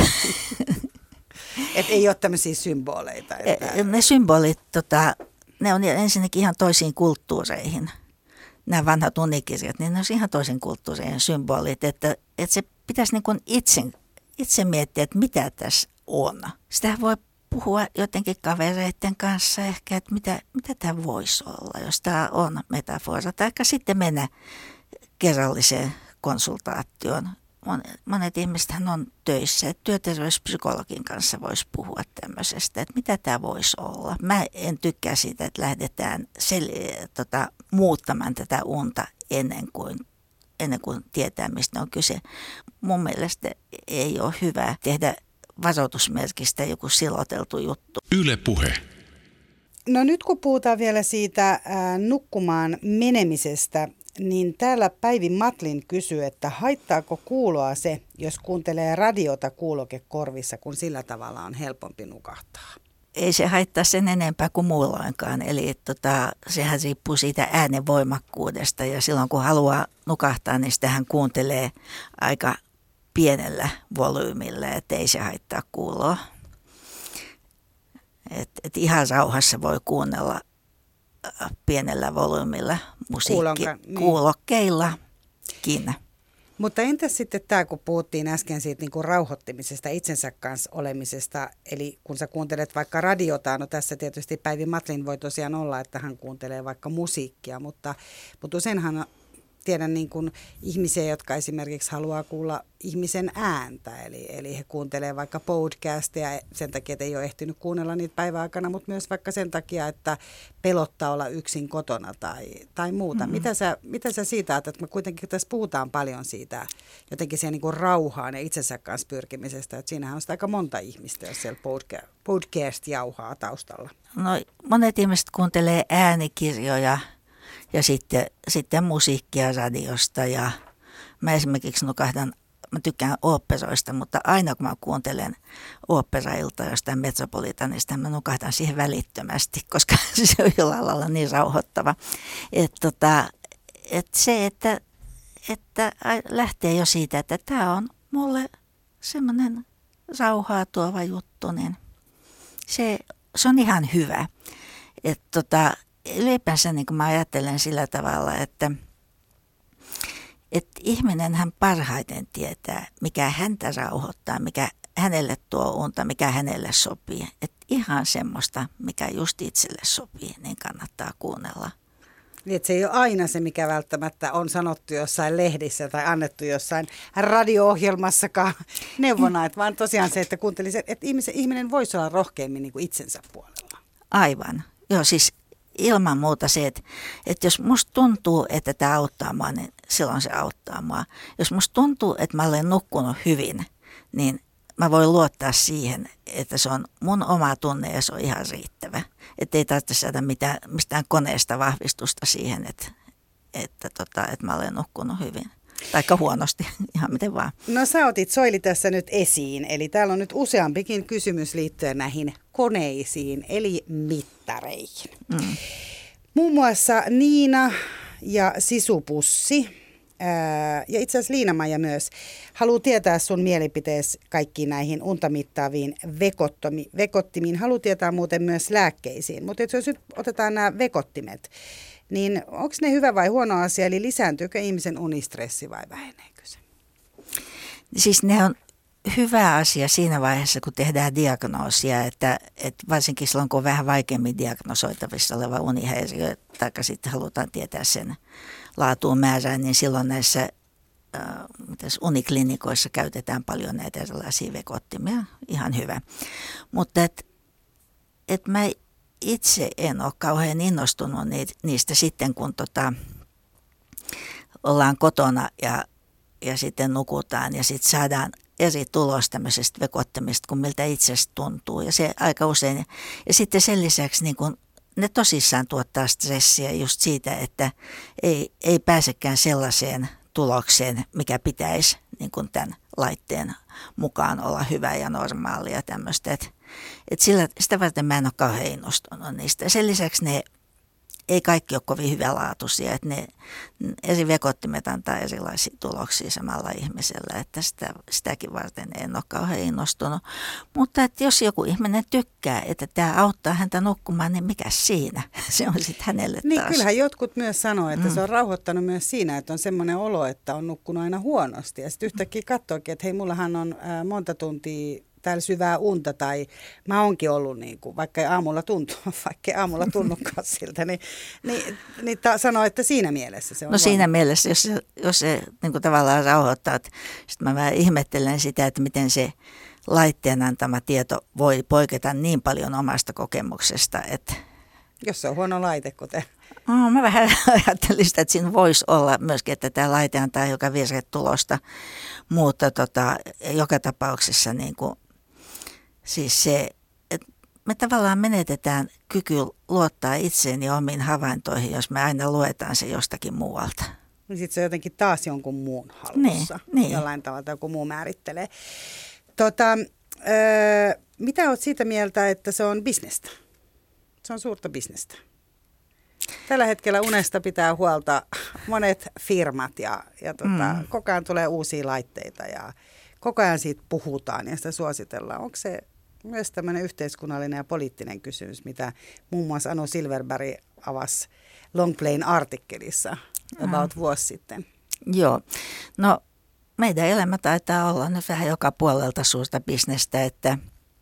Että ei ole tämmöisiä symboleita. Että Ne symbolit, ne on ensinnäkin ihan toisiin kulttuureihin. Nämä vanhat unikirjat, niin ne on ihan toisiin kulttuureihin symbolit. Että se pitäisi niin kuin itse itse miettiä, että mitä tässä on. Sitä voi puhua jotenkin kavereiden kanssa ehkä, että mitä tämä voisi olla, jos tämä on metafora. Tai sitten mennä kerralliseen konsultaatioon. Monet ihmisethän on töissä, että työterveyspsykologin kanssa voisi puhua tämmöisestä, että mitä tämä voisi olla. Mä en tykkää siitä, että lähdetään muuttamaan tätä unta ennen kuin tietää, mistä on kyse. Mun mielestä ei ole hyvä tehdä varoitusmerkistä joku siloteltu juttu. Yle Puhe. No nyt kun puhutaan vielä siitä nukkumaan menemisestä, niin täällä Päivi Matlin kysyy, että haittaako kuuloa se, jos kuuntelee radiota kuulokekorvissa, kun sillä tavalla on helpompi nukahtaa? Ei se haittaa sen enempää kuin muulloinkaan. Eli sehän riippuu siitä äänen voimakkuudesta ja silloin kun haluaa nukahtaa, niin sitähän kuuntelee aika pienellä volyymillä, että ei se haittaa kuuloa. Et ihan rauhassa voi kuunnella pienellä volyymilla kuulokkeillakin. Mutta entäs sitten tämä, kun puhuttiin äsken siitä niin kuin rauhoittimisesta, itsensä kanssa olemisesta, eli kun sä kuuntelet vaikka radiota, no tässä tietysti Päivi Matlin voi tosiaan olla, että hän kuuntelee vaikka musiikkia, mutta useinhan tiedän niin kuin ihmisiä, jotka esimerkiksi haluaa kuulla ihmisen ääntä, eli he kuuntelee vaikka podcastia sen takia, että ei ole ehtinyt kuunnella niitä päiväaikana, mutta myös vaikka sen takia, että pelottaa olla yksin kotona tai muuta. Mitä sä siitä ajattelet, että me kuitenkin tässä puhutaan paljon siitä jotenkin siihen niin kuin rauhaan ja itsensä kanssa pyrkimisestä, että siinähän on sitä aika monta ihmistä, jos siellä podcast jauhaa taustalla. No, monet ihmiset kuuntelee äänikirjoja. Ja sitten musiikkia radiosta ja mä esimerkiksi mä tykkään oopperoista, mutta aina kun mä kuuntelen oopperailta jostain Metropolitanista, mä nukahdan siihen välittömästi, koska se on jollain lailla niin rauhoittava. Että lähtee jo siitä, että tämä on mulle semmoinen rauhaa tuova juttu, niin se on ihan hyvä. Että ylipäänsä niin kuin mä ajattelen sillä tavalla, että ihminenhän parhaiten tietää, mikä häntä rauhoittaa, mikä hänelle tuo unta, mikä hänelle sopii. Että ihan semmoista, mikä just itselle sopii, niin kannattaa kuunnella. Niin, että se ei ole aina se, mikä välttämättä on sanottu jossain lehdissä tai annettu jossain radio-ohjelmassakaan neuvona, että vaan tosiaan se, että kuuntelisi, että ihminen voisi olla rohkeammin niin kuin itsensä puolella. Aivan. Joo, siis ilman muuta se, että jos musta tuntuu, että tämä auttaa mua, niin silloin se auttaa mua. Jos musta tuntuu, että mä olen nukkunut hyvin, niin mä voin luottaa siihen, että se on mun oma tunne ja se on ihan riittävä. Että ei tarvitse saada mistään koneesta vahvistusta siihen, että mä olen nukkunut hyvin. Taikka huonosti, ihan miten vaan. No sä otit Soili tässä nyt esiin, eli täällä on nyt useampikin kysymys liittyen näihin koneisiin, eli mittareihin. Muun muassa Niina ja Sisupussi, ja itse asiassa Liina-Maija myös, haluaa tietää sun mielipiteesi kaikkiin näihin untamittaaviin vekottimiin. Haluaa tietää muuten myös lääkkeisiin, mutta jos nyt otetaan nämä vekottimet, niin onko ne hyvä vai huono asia, eli lisääntyykö ihmisen unistressi vai väheneekö se? Siis ne on hyvä asia siinä vaiheessa, kun tehdään diagnoosia, että varsinkin silloin, kun on vähän vaikeammin diagnosoitavissa oleva unihäiriö, tai sitten halutaan tietää sen laatuun määrään, niin silloin näissä uniklinikoissa käytetään paljon näitä erilaisia vekottimia. Ihan hyvä. Mutta mä itse en ole kauhean innostunut niistä sitten, kun ollaan kotona ja sitten nukutaan ja sitten saadaan eri tulos tämmöisestä vekottamista kuin miltä itsestä tuntuu. Ja se aika usein. Ja sitten sen lisäksi niin kun ne tosissaan tuottaa stressiä just siitä, että ei pääsekään sellaiseen tulokseen, mikä pitäisi niin kun tämän laitteen mukaan olla hyvä ja normaalia tämmöistä. Sitä varten mä en ole kauhean innostunut niistä. Sen lisäksi ei kaikki ole kovin hyvälaatuisia, että ne eri vekottimet antaa erilaisia tuloksia samalla ihmisellä, että sitäkin varten en ole kauhean innostunut. Mutta että jos joku ihminen tykkää, että tämä auttaa häntä nukkumaan, niin mikä siinä? Se on sitten hänelle taas. Niin kyllähän jotkut myös sanoo, että se on rauhoittanut myös siinä, että on semmoinen olo, että on nukkunut aina huonosti. Ja sitten yhtäkkiä katsookin, että hei, mullahan on monta tuntia täällä syvää unta tai mä oonkin ollut niin kuin, vaikka ei aamulla tunnukaan siltä, niin sanoo, että siinä mielessä se on. No siinä mielessä, jos se niin kuin tavallaan rauhoittaa, sitten mä vähän ihmettelen sitä, että miten se laitteen antama tieto voi poiketa niin paljon omasta kokemuksesta, että jos se on huono laite, kuten. Mä vähän ajattelin sitä, että siinä voisi olla myöskin, että tämä laite antaa joka virhetulosta, mutta joka tapauksessa niin kuin, siis se, että me tavallaan menetetään kyky luottaa itseen ja omiin havaintoihin, jos me aina luetaan se jostakin muualta. Niin sitten se on jotenkin taas jonkun muun hallussa. Niin. Jollain tavalla joku muu määrittelee. Mitä olet siitä mieltä, että se on bisnestä? Se on suurta bisnestä. Tällä hetkellä unesta pitää huolta monet firmat ja koko ajan tulee uusia laitteita ja koko ajan siitä puhutaan ja sitä suositellaan. Onko se myös tämmöinen yhteiskunnallinen ja poliittinen kysymys, mitä muun muassa Anu Silverberg avasi Longplayn artikkelissa about vuosi sitten? Joo, no meidän elämä taitaa olla nyt vähän joka puolelta suurta bisnestä, että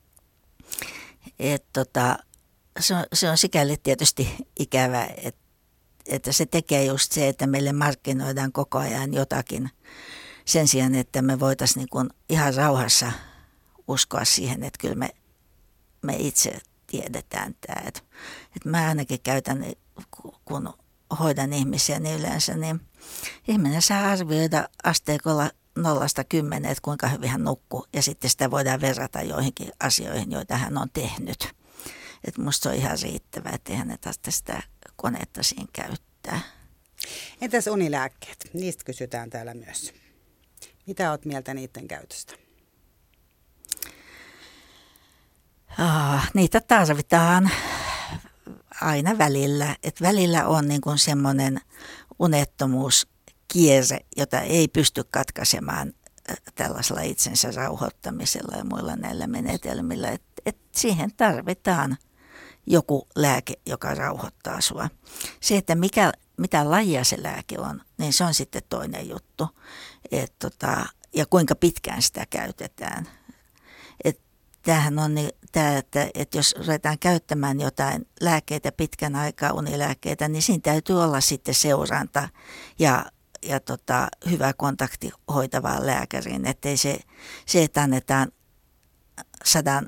se on sikäli tietysti ikävä, että se tekee just se, että meille markkinoidaan koko ajan jotakin sen sijaan, että me voitaisiin niin kuin ihan rauhassa uskoa siihen, että kyllä me itse tiedetään tämä. Että mä ainakin käytän, kun hoidan ihmisiä, niin yleensä niin ihminen saa arvioida asteikolla 0–10, että kuinka hyvin hän nukkuu, ja sitten sitä voidaan verrata joihinkin asioihin, joita hän on tehnyt. Että musta se on ihan riittävää, että eihän ne tarvitse sitä konetta siinä käyttää. Entäs unilääkkeet? Niistä kysytään täällä myös. Mitä olet mieltä niiden käytöstä? Niitä tarvitaan aina välillä. Et välillä on niin kuin semmoinen unettomuuskierre, jota ei pysty katkaisemaan tällaisella itsensä rauhoittamisella ja muilla näillä menetelmillä. Et siihen tarvitaan joku lääke, joka rauhoittaa sua. Se, että mitä lajia se lääke on, niin se on sitten toinen juttu. Ja kuinka pitkään sitä käytetään. Tämähän on että jos ruvetaan käyttämään jotain lääkkeitä pitkän aikaa, unilääkkeitä, niin siinä täytyy olla sitten seuranta ja hyvä kontakti hoitavaan lääkäriin. Ettei se, että annetaan 100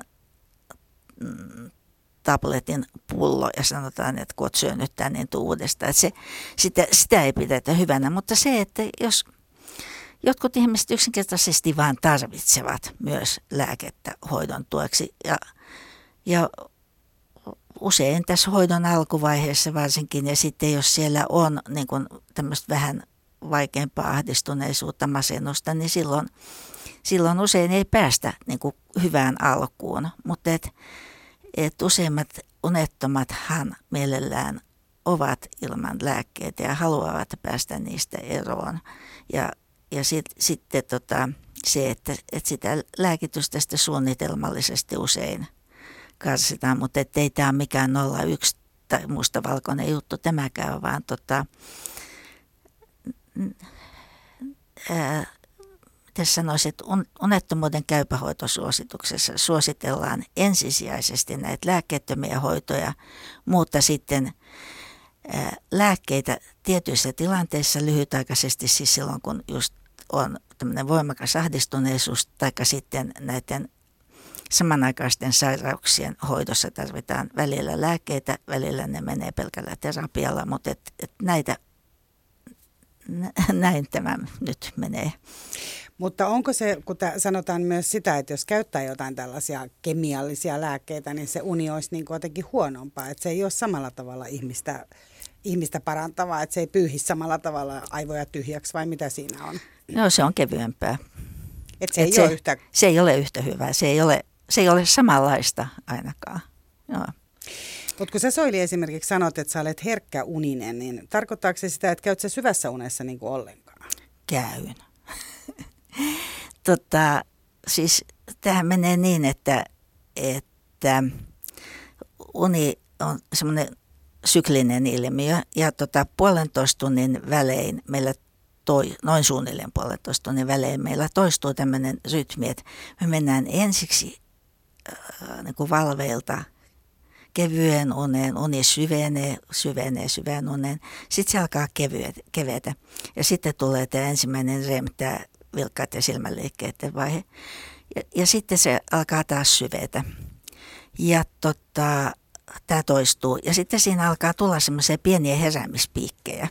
tabletin pullo ja sanotaan, että kun olet syönyt tämän, niin tuu uudestaan. Sitä ei pidetä hyvänä, mutta se, että jos jotkut ihmiset yksinkertaisesti vaan tarvitsevat myös lääkettä hoidon tueksi ja usein tässä hoidon alkuvaiheessa varsinkin ja sitten jos siellä on niin kuin tämmöistä vähän vaikeampaa ahdistuneisuutta, masennusta, niin silloin usein ei päästä niin kuin hyvään alkuun, mutta useimmat unettomathan mielellään ovat ilman lääkkeitä ja haluavat päästä niistä eroon. Ja sitten se, että sitä lääkitystä sitten suunnitelmallisesti usein karsitaan, mutta ei tämä ole mikään 0–1 tai mustavalkoinen juttu tämäkään, vaan miten sanoisin, että unettomuuden käypähoitosuosituksessa suositellaan ensisijaisesti näitä lääkkeettömiä hoitoja, mutta sitten lääkkeitä tietyissä tilanteissa lyhytaikaisesti, siis silloin kun just on tämmöinen voimakas ahdistuneisuus, tai sitten näiden samanaikaisten sairauksien hoidossa tarvitaan välillä lääkkeitä, välillä ne menee pelkällä terapialla, mutta näin tämä nyt menee. Mutta onko se, kun sanotaan myös sitä, että jos käyttää jotain tällaisia kemiallisia lääkkeitä, niin se uni olisi niin kuin jotenkin huonompaa, että se ei ole samalla tavalla ihmistä parantavaa, että se ei pyyhi samalla tavalla aivoja tyhjäksi, vai mitä siinä on? No se on kevyempää. Se ei ole yhtä hyvää, se ei ole samanlaista ainakaan. Joo. Mutta kun sä Soili esimerkiksi sanot, että sä olet herkkäuninen, niin tarkoittaako se sitä, että käyt sä syvässä unessa niin kuin ollenkaan? Käyn. Siis tämähän menee niin, että uni on semmoinen syklinen ilmiö ja 1,5 tunnin välein meillä noin suunnilleen 1,5 tunnin välein meillä toistuu tämmöinen rytmi, että me mennään ensiksi niin kuin valveilta kevyen uneen, uni syvään uneen, sitten se alkaa kevetä ja sitten tulee tämä ensimmäinen REM, tämä vilkkaiden silmänliikkeiden vaihe ja sitten se alkaa taas syvetä ja tämä toistuu ja sitten siinä alkaa tulla semmoisia pieniä heräämispiikkejä.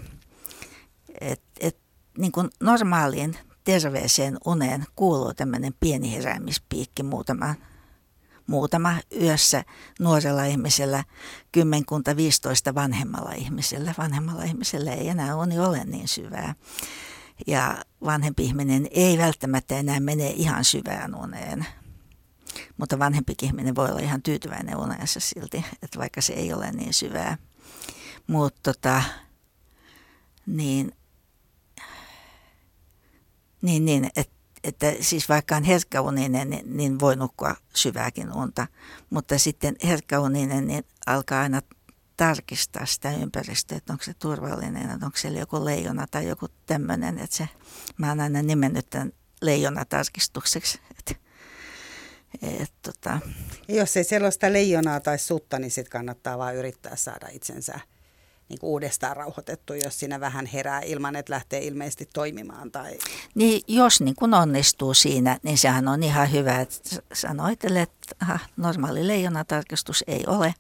Niin kuin normaaliin terveeseen uneen kuuluu tämmöinen pieni heräämispiikki muutama yössä nuorella ihmisellä, 10-15 vanhemmalla ihmisellä. Vanhemmalla ihmisellä ei enää uni ole niin syvää. Ja vanhempi ihminen ei välttämättä enää mene ihan syvään uneen. Mutta vanhempikin ihminen voi olla ihan tyytyväinen uneensa silti, että vaikka se ei ole niin syvää. Mutta että siis vaikka on herkkäuninen, niin voi nukkua syvääkin unta, mutta sitten herkkäuninen niin alkaa aina tarkistaa sitä ympäristöä, että onko se turvallinen, että onko siellä joku leijona tai joku tämmöinen, että mä oon aina nimennyt tämän leijonatarkistukseksi. Jos ei sellaista leijonaa tai sutta, niin sitten kannattaa vaan yrittää saada itsensä niin kuin uudestaan rauhoitettu, jos siinä vähän herää ilman, että lähtee ilmeisesti toimimaan. Tai... Niin, jos niin kun onnistuu siinä, niin sehän on ihan hyvä, että sanoo itselle, että normaali leijonatarkistus ei ole.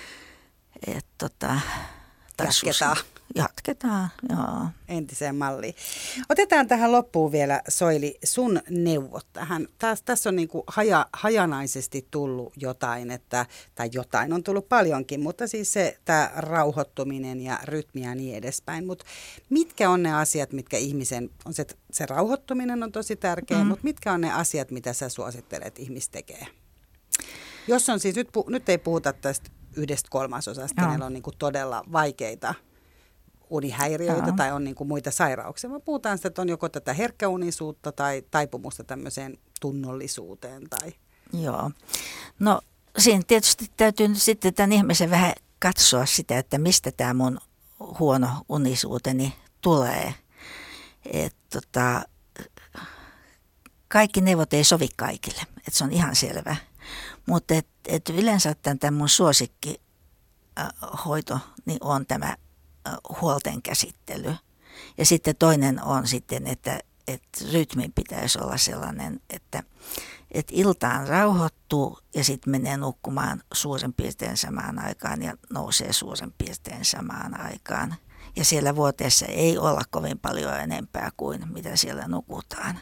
Jatketaan, joo. Entiseen malliin. Otetaan tähän loppuun vielä, Soili, sun neuvot tähän. Tässä on niin kuin hajanaisesti tullut jotain, tai jotain on tullut paljonkin, mutta siis tämä rauhoittuminen ja rytmi ja niin edespäin. Mutta mitkä on ne asiat, mitkä ihmisen, se rauhoittuminen on tosi tärkeä, mutta mitkä on ne asiat, mitä sä suosittelet ihmis tekee? Jos on siis, nyt ei puhuta tästä 1/3, kenellä on niin kuin todella vaikeita unihäiriöitä tai on niin kuin muita sairauksia. Me puhutaan sitä, että on joko tätä herkkäunisuutta tai taipumusta tämmöiseen tunnollisuuteen. Tai... Joo. No siinä tietysti täytyy sitten tämän ihmisen vähän katsoa sitä, että mistä tämä mun huono unisuuteni tulee. Kaikki neuvot ei sovi kaikille, että se on ihan selvä. Mutta yleensä tämän mun suosikkihoito niin on tämä huolten käsittely. Ja sitten toinen on sitten, että rytmin pitäisi olla sellainen, että iltaan rauhoittuu ja sitten menee nukkumaan suurin piirtein samaan aikaan ja nousee suurin piirtein samaan aikaan. Ja siellä vuoteessa ei olla kovin paljon enempää kuin mitä siellä nukutaan.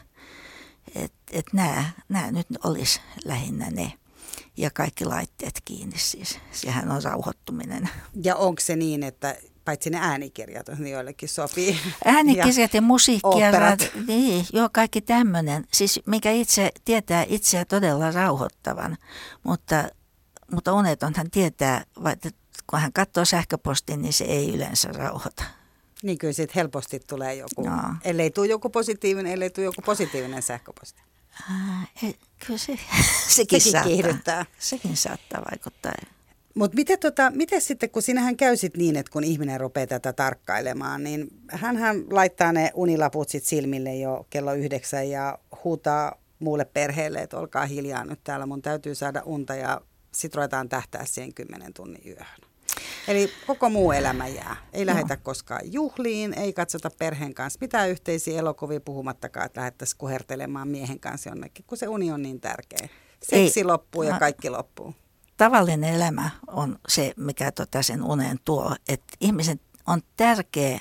Nämä nyt olisi lähinnä ne. Ja kaikki laitteet kiinni siis. Sehän on rauhoittuminen. Ja onko se niin, että paitsi ne äänikirjat, niin joillekin sopii? Äänikirjat ja musiikki ja niin, joo, kaikki tämmöinen. Siis mikä itse tietää itseä todella rauhoittavan. Mutta unetonhan tietää, että kun hän katsoo sähköpostin, niin se ei yleensä rauhoita. Niin kyllä sitten helposti tulee joku, ellei tule joku positiivinen sähköposti. Kyllä sekin kiihdyttää. Sekin saattaa vaikuttaa. Mutta miten sitten, kun sinähän käysit niin, että kun ihminen rupeaa tätä tarkkailemaan, niin hänhän laittaa ne unilaput sit silmille jo kello 9 ja huutaa muulle perheelle, että olkaa hiljaa nyt täällä, mun täytyy saada unta ja sitten ruvetaan tähtää siihen 10 tunnin yöhön. Eli koko muu elämä jää. Ei lähdetä koskaan juhliin, ei katsota perheen kanssa mitään yhteisiä elokuvia puhumattakaan, että lähdettäisiin kuhertelemaan miehen kanssa jonnekin, kun se uni on niin tärkeä. Seksi loppuu ja kaikki loppuu. Tavallinen elämä on se, mikä sen unen tuo. Että ihmisen on tärkeä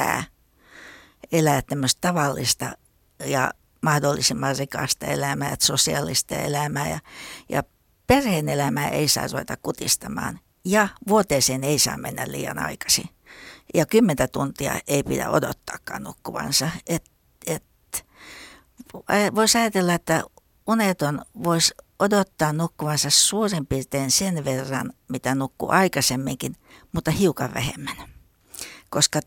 elää tämmöistä tavallista ja mahdollisimman rikasta elämää, että sosiaalista elämää ja perheen elämää ei saa ruveta kutistamaan. Ja vuoteeseen ei saa mennä liian aikaisin. Ja 10 tuntia ei pidä odottaakaan nukkuvansa. Voisi ajatella, että uneton voisi odottaa nukkuvansa suurin piirtein sen verran, mitä nukkuu aikaisemminkin, mutta hiukan vähemmän. Koska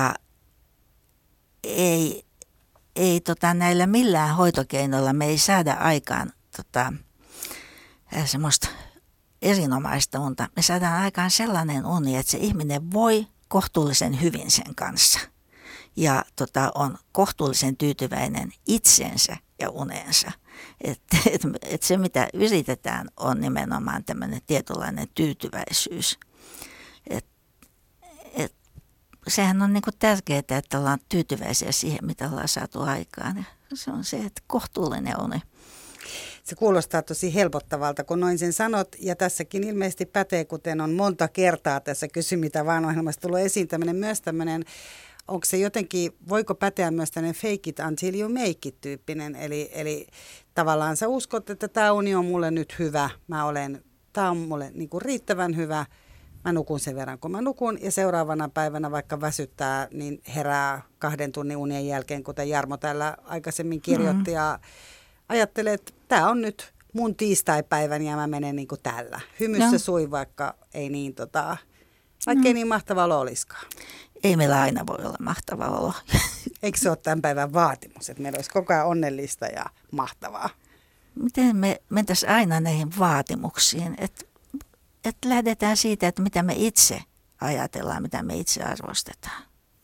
ei näillä millään hoitokeinoilla me ei saada aikaan semmoista erinomaista unta. Me saadaan aikaan sellainen uni, että se ihminen voi kohtuullisen hyvin sen kanssa ja on kohtuullisen tyytyväinen itsensä ja uneensa. Et se, mitä yritetään, on nimenomaan tämmöinen tietynlainen tyytyväisyys. Sehän on niinku tärkeää, että ollaan tyytyväisiä siihen, mitä ollaan saatu aikaan. Ja se on se, että kohtuullinen uni. Se kuulostaa tosi helpottavalta, kun noin sen sanot, ja tässäkin ilmeisesti pätee, kuten on monta kertaa tässä Kysy mitä vaan -ohjelmassa tullut esiin myös tämmöinen, onko se jotenkin, voiko päteä myös tämmöinen fake it until you make it -tyyppinen, eli tavallaan sä uskot, että tämä uni on mulle nyt hyvä, tämä on mulle niinku riittävän hyvä, mä nukun sen verran, kun mä nukun, ja seuraavana päivänä vaikka väsyttää, niin herää 2 tunnin unien jälkeen, kuten Jarmo täällä aikaisemmin kirjoitti, ja ajattelee, että tämä on nyt mun tiistaipäivän ja mä menen niin kuin tällä. Hymyssä sui, vaikka ei niin, vaikka ei niin mahtava olo olisikaan. Ei meillä aina voi olla mahtava olo. Eikö se ole tämän päivän vaatimus, että meillä olisi koko ajan onnellista ja mahtavaa? Miten me mentäisiin aina näihin vaatimuksiin, että lähdetään siitä, että mitä me itse ajatellaan, mitä me itse arvostetaan.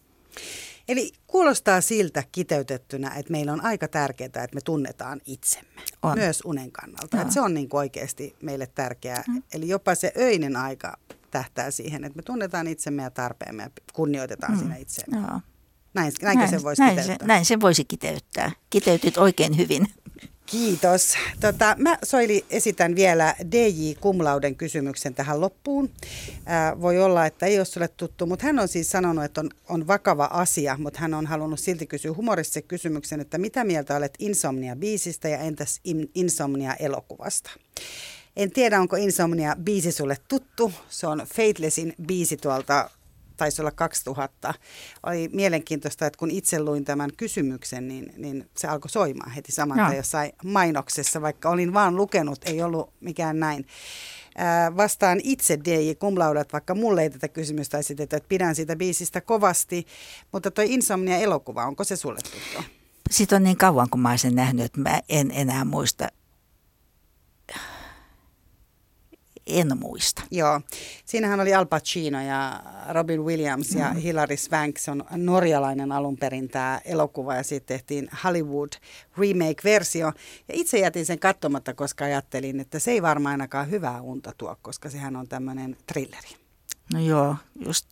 Eli kuulostaa siltä kiteytettynä, että meillä on aika tärkeää, että me tunnetaan itsemme, myös unen kannalta. Että se on niin kuin oikeasti meille tärkeää. Eli jopa se öinen aika tähtää siihen, että me tunnetaan itsemme ja tarpeemme ja kunnioitetaan siinä itseämme. Näinkö se voisi kiteyttää? Näin se voisi kiteyttää. Kiteytyt oikein hyvin. Kiitos. Mä Soili esitän vielä DJ cum lauden kysymyksen tähän loppuun. Voi olla, että ei ole sulle tuttu, mutta hän on siis sanonut, että on vakava asia, mutta hän on halunnut silti kysyä humoristisen kysymyksen, että mitä mieltä olet Insomnia-biisistä ja entäs Insomnia-elokuvasta? En tiedä, onko Insomnia-biisi sulle tuttu. Se on Faithlessin biisi tuolta, taisi olla 2000. Oli mielenkiintoista, että kun itse luin tämän kysymyksen, niin se alkoi soimaan heti saman jossain mainoksessa, vaikka olin vaan lukenut, ei ollut mikään näin. Vastaan itse DJ cum laude, vaikka mulle ei tätä kysymystä esitetä, että pidän siitä biisistä kovasti, mutta toi Insomnia-elokuva, onko se sulle tuttu? Siitä on niin kauan, kun mä olisin nähnyt, että mä en enää muista. En muista. Joo. Siinähän oli Al Pacino ja Robin Williams ja Hilary Swank. Se on norjalainen alun perin tämä elokuva ja siitä tehtiin Hollywood remake-versio. Ja itse jätin sen katsomatta, koska ajattelin, että se ei varmaan ainakaan hyvää unta tuo, koska sehän on tämmöinen thrilleri. No joo, just.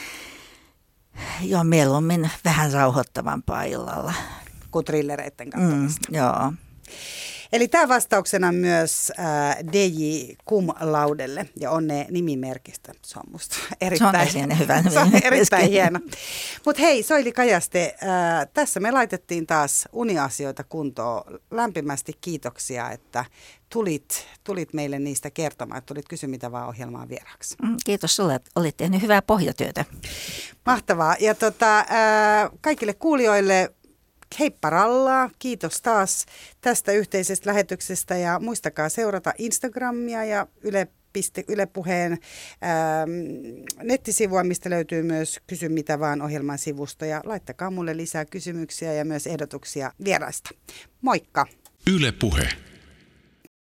Joo, mieluummin vähän rauhoittavampaa illalla. Kuin thrillereiden katsomista. Joo. Eli tämä vastauksena myös DJ cum laudelle ja onnea nimimerkistä. Se on musta erittäin hieno. Mutta hei, Soili Kajaste, tässä me laitettiin taas uniasioita kuntoon. Lämpimästi kiitoksia, että tulit meille niistä kertomaan, että tulit Kysy mitä vaan -ohjelmaan vieraaksi. Kiitos sulle, että olit tehnyt hyvää pohjatyötä. Mahtavaa. Ja kaikille kuulijoille heippa rallaa. Kiitos taas tästä yhteisestä lähetyksestä ja muistakaa seurata Instagramia ja Yle Puheen nettisivua, mistä löytyy myös Kysy mitä vaan -ohjelman sivusto ja laittakaa mulle lisää kysymyksiä ja myös ehdotuksia vieraista. Moikka! Yle Puhe.